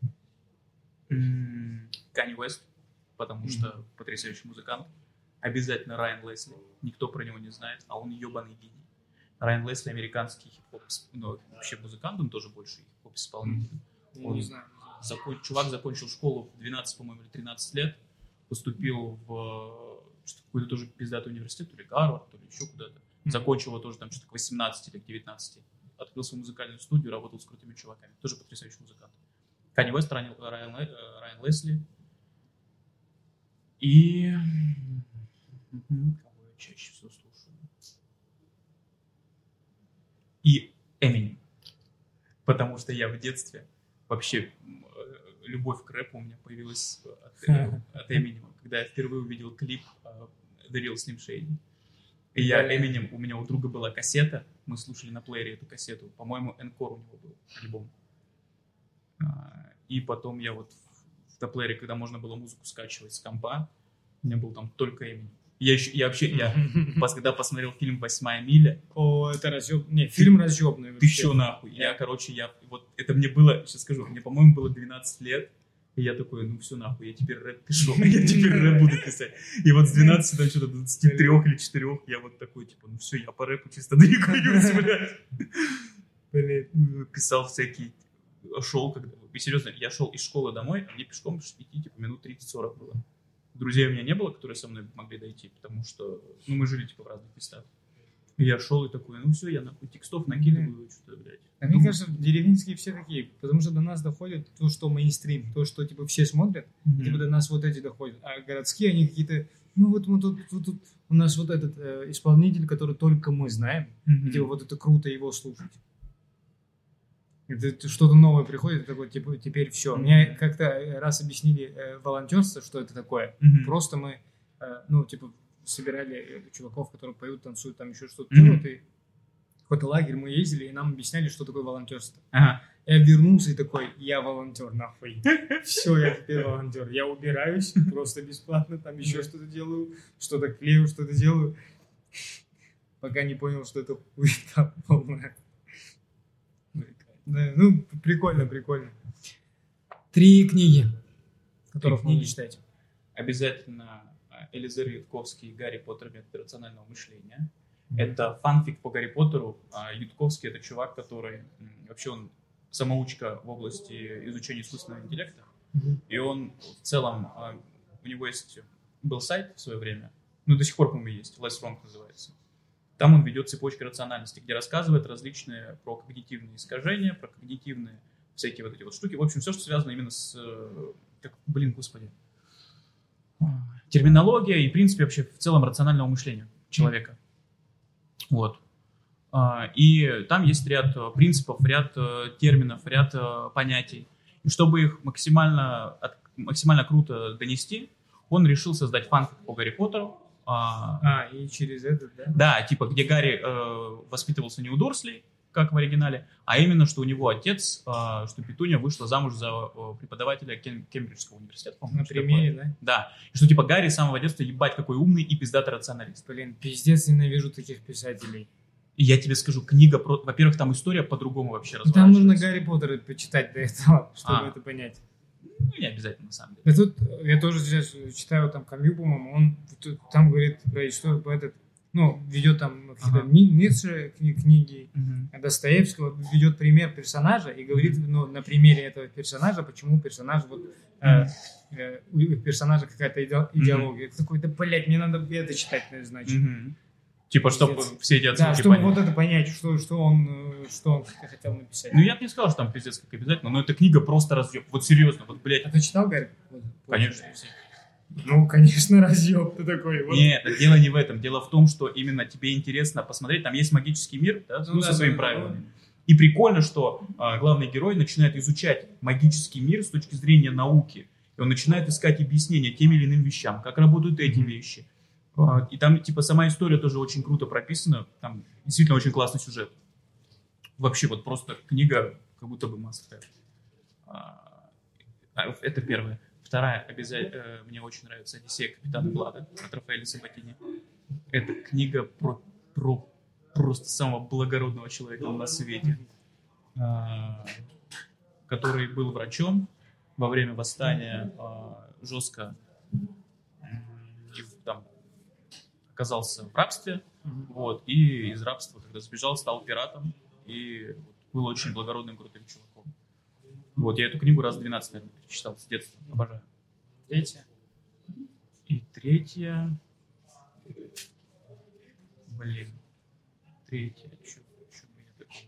Канье Уэст, потому что потрясающий музыкант. Обязательно Райан Лесли. Никто про него не знает, а он ебаный гений. Райан Лесли американский хип-хоп, ну, вообще музыкант, он тоже больше хип-хоп исполнитель. Я не знаю. Чувак закончил школу в 12, по-моему, или 13 лет, поступил в какой-то тоже пиздатый университет, то ли Гарвард, то ли еще куда-то. Закончил его тоже там что-то к 18 или к 19. Открыл свою музыкальную студию, работал с крутыми чуваками. Тоже потрясающий музыкант. Канье Уэст, Райан Лесли. И... Кого я чаще всего слушаю? И Эминем. Потому что я в детстве вообще... Любовь к рэпу у меня появилась от Эминема, когда я впервые увидел клип The Real Slim Shady. И я Эминем, у меня у друга была кассета, мы слушали на плеере эту кассету, по-моему, Encore у него был альбом. И потом я вот в плеере, когда можно было музыку скачивать с компа, у меня был там только Эминем. Я когда посмотрел фильм «8 миля». О, это фильм разъебный. Ты чё нахуй? Вот это мне было, сейчас скажу, мне, по-моему, было 12 лет, и я такой, ну все нахуй, я теперь рэп пишу, я теперь рэп буду писать. И вот с 12 до что-то 23 или 4 я вот такой, типа, ну все, я по рэпу чисто двигаюсь, блядь. Писал всякие, шел, и серьезно, я шел из школы домой, а мне пешком идти, типа, минут 30-40 было. Друзей у меня не было, которые со мной могли дойти, потому что, ну, мы жили, типа, в разных местах. И я шел и такой, ну все, я нахуй текстов накидываю, что-то, блядь. А мне кажется, деревенские все такие, потому что до нас доходит то, что мейнстрим, то, что, типа, все смотрят, типа, до нас вот эти доходят. А городские, они какие-то, ну, вот мы тут у нас вот этот исполнитель, который только мы знаем, и, типа, вот это круто его слушать. Это что-то новое приходит, такой, типа, теперь все. Мне как-то раз объяснили волонтерство, что это такое. Просто мы, ну, типа, собирали чуваков, которые поют, танцуют, там еще что-то делают, и в какой-то лагерь мы ездили, и нам объясняли, что такое волонтерство. Я вернулся и такой, я волонтер, нахуй. Все, я теперь волонтер. Я убираюсь просто бесплатно, там еще что-то делаю, что-то клею, что-то делаю. Пока не понял, что это хуета полная. Да, ну, прикольно. 3 книги, которых можно читать. Обязательно Элизер Ютковский «Гарри Поттер. Метод рационального мышления». Это фанфик по Гарри Поттеру. Ютковский — это чувак, который... Вообще он самоучка в области изучения искусственного интеллекта. И он в целом... У него был сайт в свое время, ну, до сих пор, по-моему, есть, Less Wrong называется. Там он ведет цепочки рациональности, где рассказывает различные про когнитивные искажения, про когнитивные всякие вот эти вот штуки. В общем, все, что связано именно с... терминология и, в принципе, вообще в целом рационального мышления человека. Вот. И там есть ряд принципов, ряд терминов, ряд понятий. И чтобы их максимально круто донести, он решил создать фанфик по Гарри Поттеру. И через это, да? Да, типа, где Гарри воспитывался не у Дурслей, как в оригинале, а именно, что у него отец, что Петунья вышла замуж за преподавателя Кембриджского университета. На примере, да? Да. И что типа Гарри с самого детства ебать какой умный и пиздатый рационалист. Блин, пиздец, ненавижу таких писателей. И я тебе скажу, книга про... Во-первых, там история по-другому вообще Ну, там нужно разворачивается. Гарри Поттера почитать до этого, чтобы это понять. Ну, не обязательно, на самом деле. Да тут я тоже сейчас читаю там Камю, по-моему, он там говорит про историю, про этот, ну, ведет там какие-то Ницше книги, Достоевского, ведет пример персонажа и говорит, ну, на примере этого персонажа, почему персонаж вот у персонажа какая-то идеология. Это такой, да, блядь, мне надо это читать, значит. Типа, чтобы все эти Да, отсылки чтобы понять. вот это понять, что он хотел написать. Ну, я бы не сказал, что там пиздец как обязательно, но эта книга просто разъеб. Вот серьезно, вот, блядь. А ты читал, Гарри? Конечно. Ну, конечно, разъеб ты такой. Вот. Нет, дело не в этом. Дело в том, что именно тебе интересно посмотреть. Там есть магический мир, да, Ну, со да, своими да, правилами. И прикольно, что главный герой начинает изучать магический мир с точки зрения науки. И он начинает искать объяснения тем или иным вещам, как работают эти вещи. И там, типа, сама история тоже очень круто прописана. Там действительно очень классный сюжет. Вообще, вот просто книга, как будто бы must have. Это первое. Вторая, обязательно, мне очень нравится «Одиссея капитана Блада» от Рафаэля Сабатини. Это книга про просто самого благородного человека на свете, который был врачом во время восстания, жестко там оказался в рабстве, вот, и из рабства, когда сбежал, стал пиратом, и был очень благородным, крутым чуваком. Вот, я эту книгу раз 12, наверное, перечитал с детства, обожаю. Третья? И третья... Блин. Третья. Чё у меня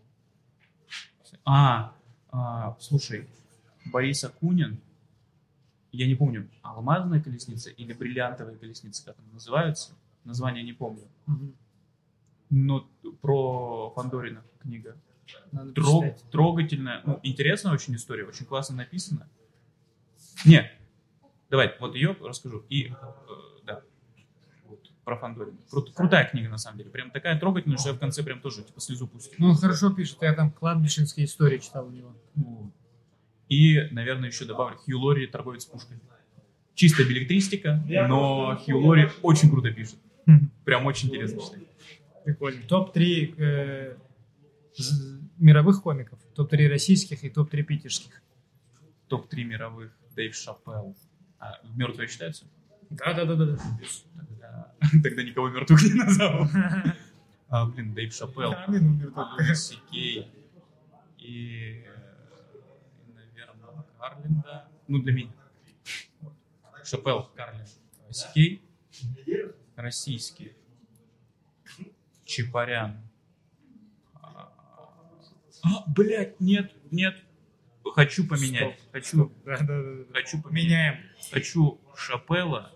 такого? Слушай, Борис Акунин, я не помню, «Алмазная колесница» или «Бриллиантовая колесница», как она называется, название не помню. Но про Фандорина книга. Трогательная, ну, интересная очень история, очень классно написана. Не, давай, вот ее расскажу. И, да, вот, про Фандорина. Крутая книга, на самом деле. Прям такая трогательная, что я в конце прям тоже, типа, слезу пустил. Ну, он хорошо пишет. Я там кладбищенские истории читал у него. И, наверное, еще добавлю Хью Лори «Торговец пушками». Чисто билетристика, но Хью Лори очень круто пишет. Прям очень интересно читать. Прикольно. Топ-3 мировых комиков. Топ-3 российских и топ-3 питерских. Топ-3 мировых. Дэйв Шапелл. Мертвые считаются? Да. Тогда никого мертвых не назову. Блин, Дэйв Шапелл. Си Кей. И, наверное, Карлин, да. Ну, для меня. Шапелл, Карлин, Си Кей. Российский. Чапарян. Блядь, нет. Хочу поменять. Хочу поменять. Меняем. Хочу Шапелла,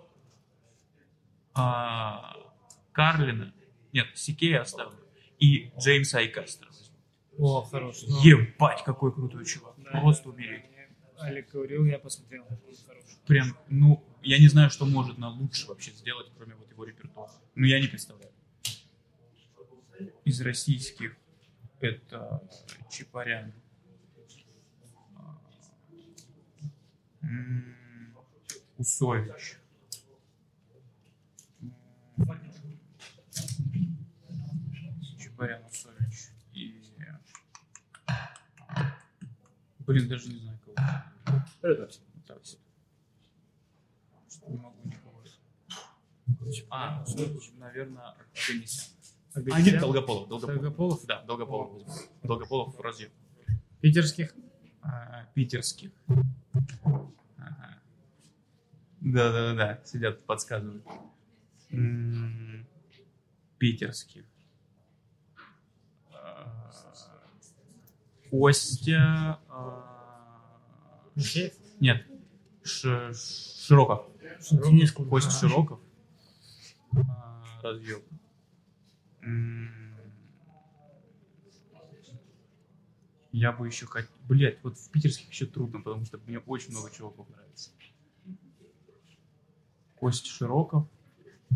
Карлина. Нет, Сикея оставлю. И Джеймса Айкастера. О, хорош. Ебать, какой крутой чувак. Да, Просто умереть. Алик говорил, я посмотрел. Прям, ну, я не знаю, что может на лучше вообще сделать, кроме вот его репертуара. Ну, я не представляю. Из российских это Чапарян. Усович. Чапарян, Усович. И... Блин, даже не знаю кого. Так, что не могу никого. Наверное, Оганесян. Нет, Долгополов. Долгополов? Да, Долгополов возьму. Долгополов разъем. Питерских? Питерских. Ага. Да, сидят, подсказывают. Питерских. Костя... Михеев? Нет. Широков. Костя Широков. Разъем. Я бы еще хотел... Блять, вот в питерских еще трудно, потому что мне очень много чуваков нравится. Костя Широков.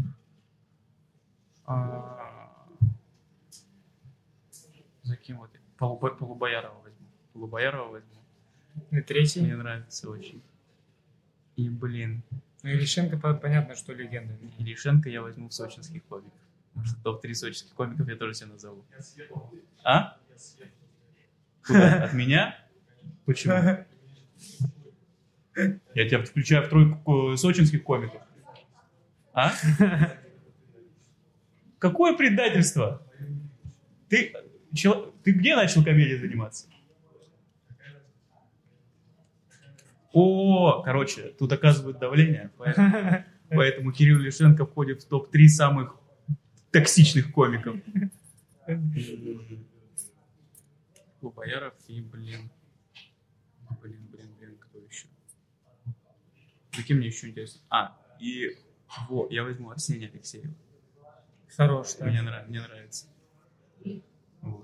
За кем вот? Полубоярова возьму. И третий. Мне нравится очень. И, блин, Ну, Ильиченко, понятно, что легенда. Ильиченко я возьму в сочинских комиков. Потому что топ-3 сочинских комиков я тоже себе назову. А? Куда? От меня? Почему? Я тебя включаю в тройку сочинских комиков. А? Какое предательство? Ты где начал комедией заниматься? Короче, тут оказывают давление, поэтому Кирилл Лишенко входит в топ-3 самых токсичных комиков. Бояров и, блин, кто еще? Какие мне еще интересно? Я возьму Арсения Алексеева. Хорош, да. Мне нравится. Вот.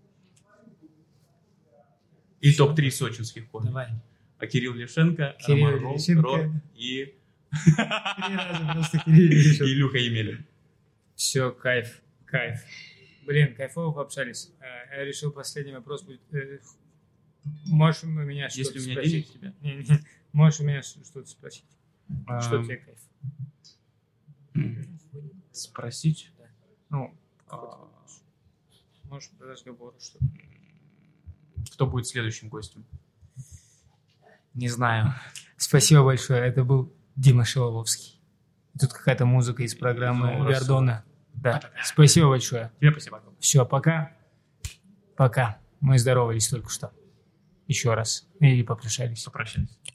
И топ-3 сочинских комиков. Давай. А Кирилл Лишенко, Кирилл Роман Лишенко. Рот и... 3 раза просто Кирилл Лишенко. Илюха Емелин. Все, кайф. Блин, кайфово пообщались. Я решил, последний вопрос будет. Можешь у меня что-то Если у меня спросить? денег тебя. Не. Можешь у меня что-то спросить? Что тебе кайф? Спросить? Ну, может, по разговору что-то. Кто будет следующим гостем? Не знаю. Спасибо большое. Это был Дима Шиловский. Тут какая-то музыка из программы Ну, Гордона. Да. Спасибо большое. Тебе спасибо. Все, пока. Пока. Мы здоровались только что. Еще раз. Или попрощались. Попрощались.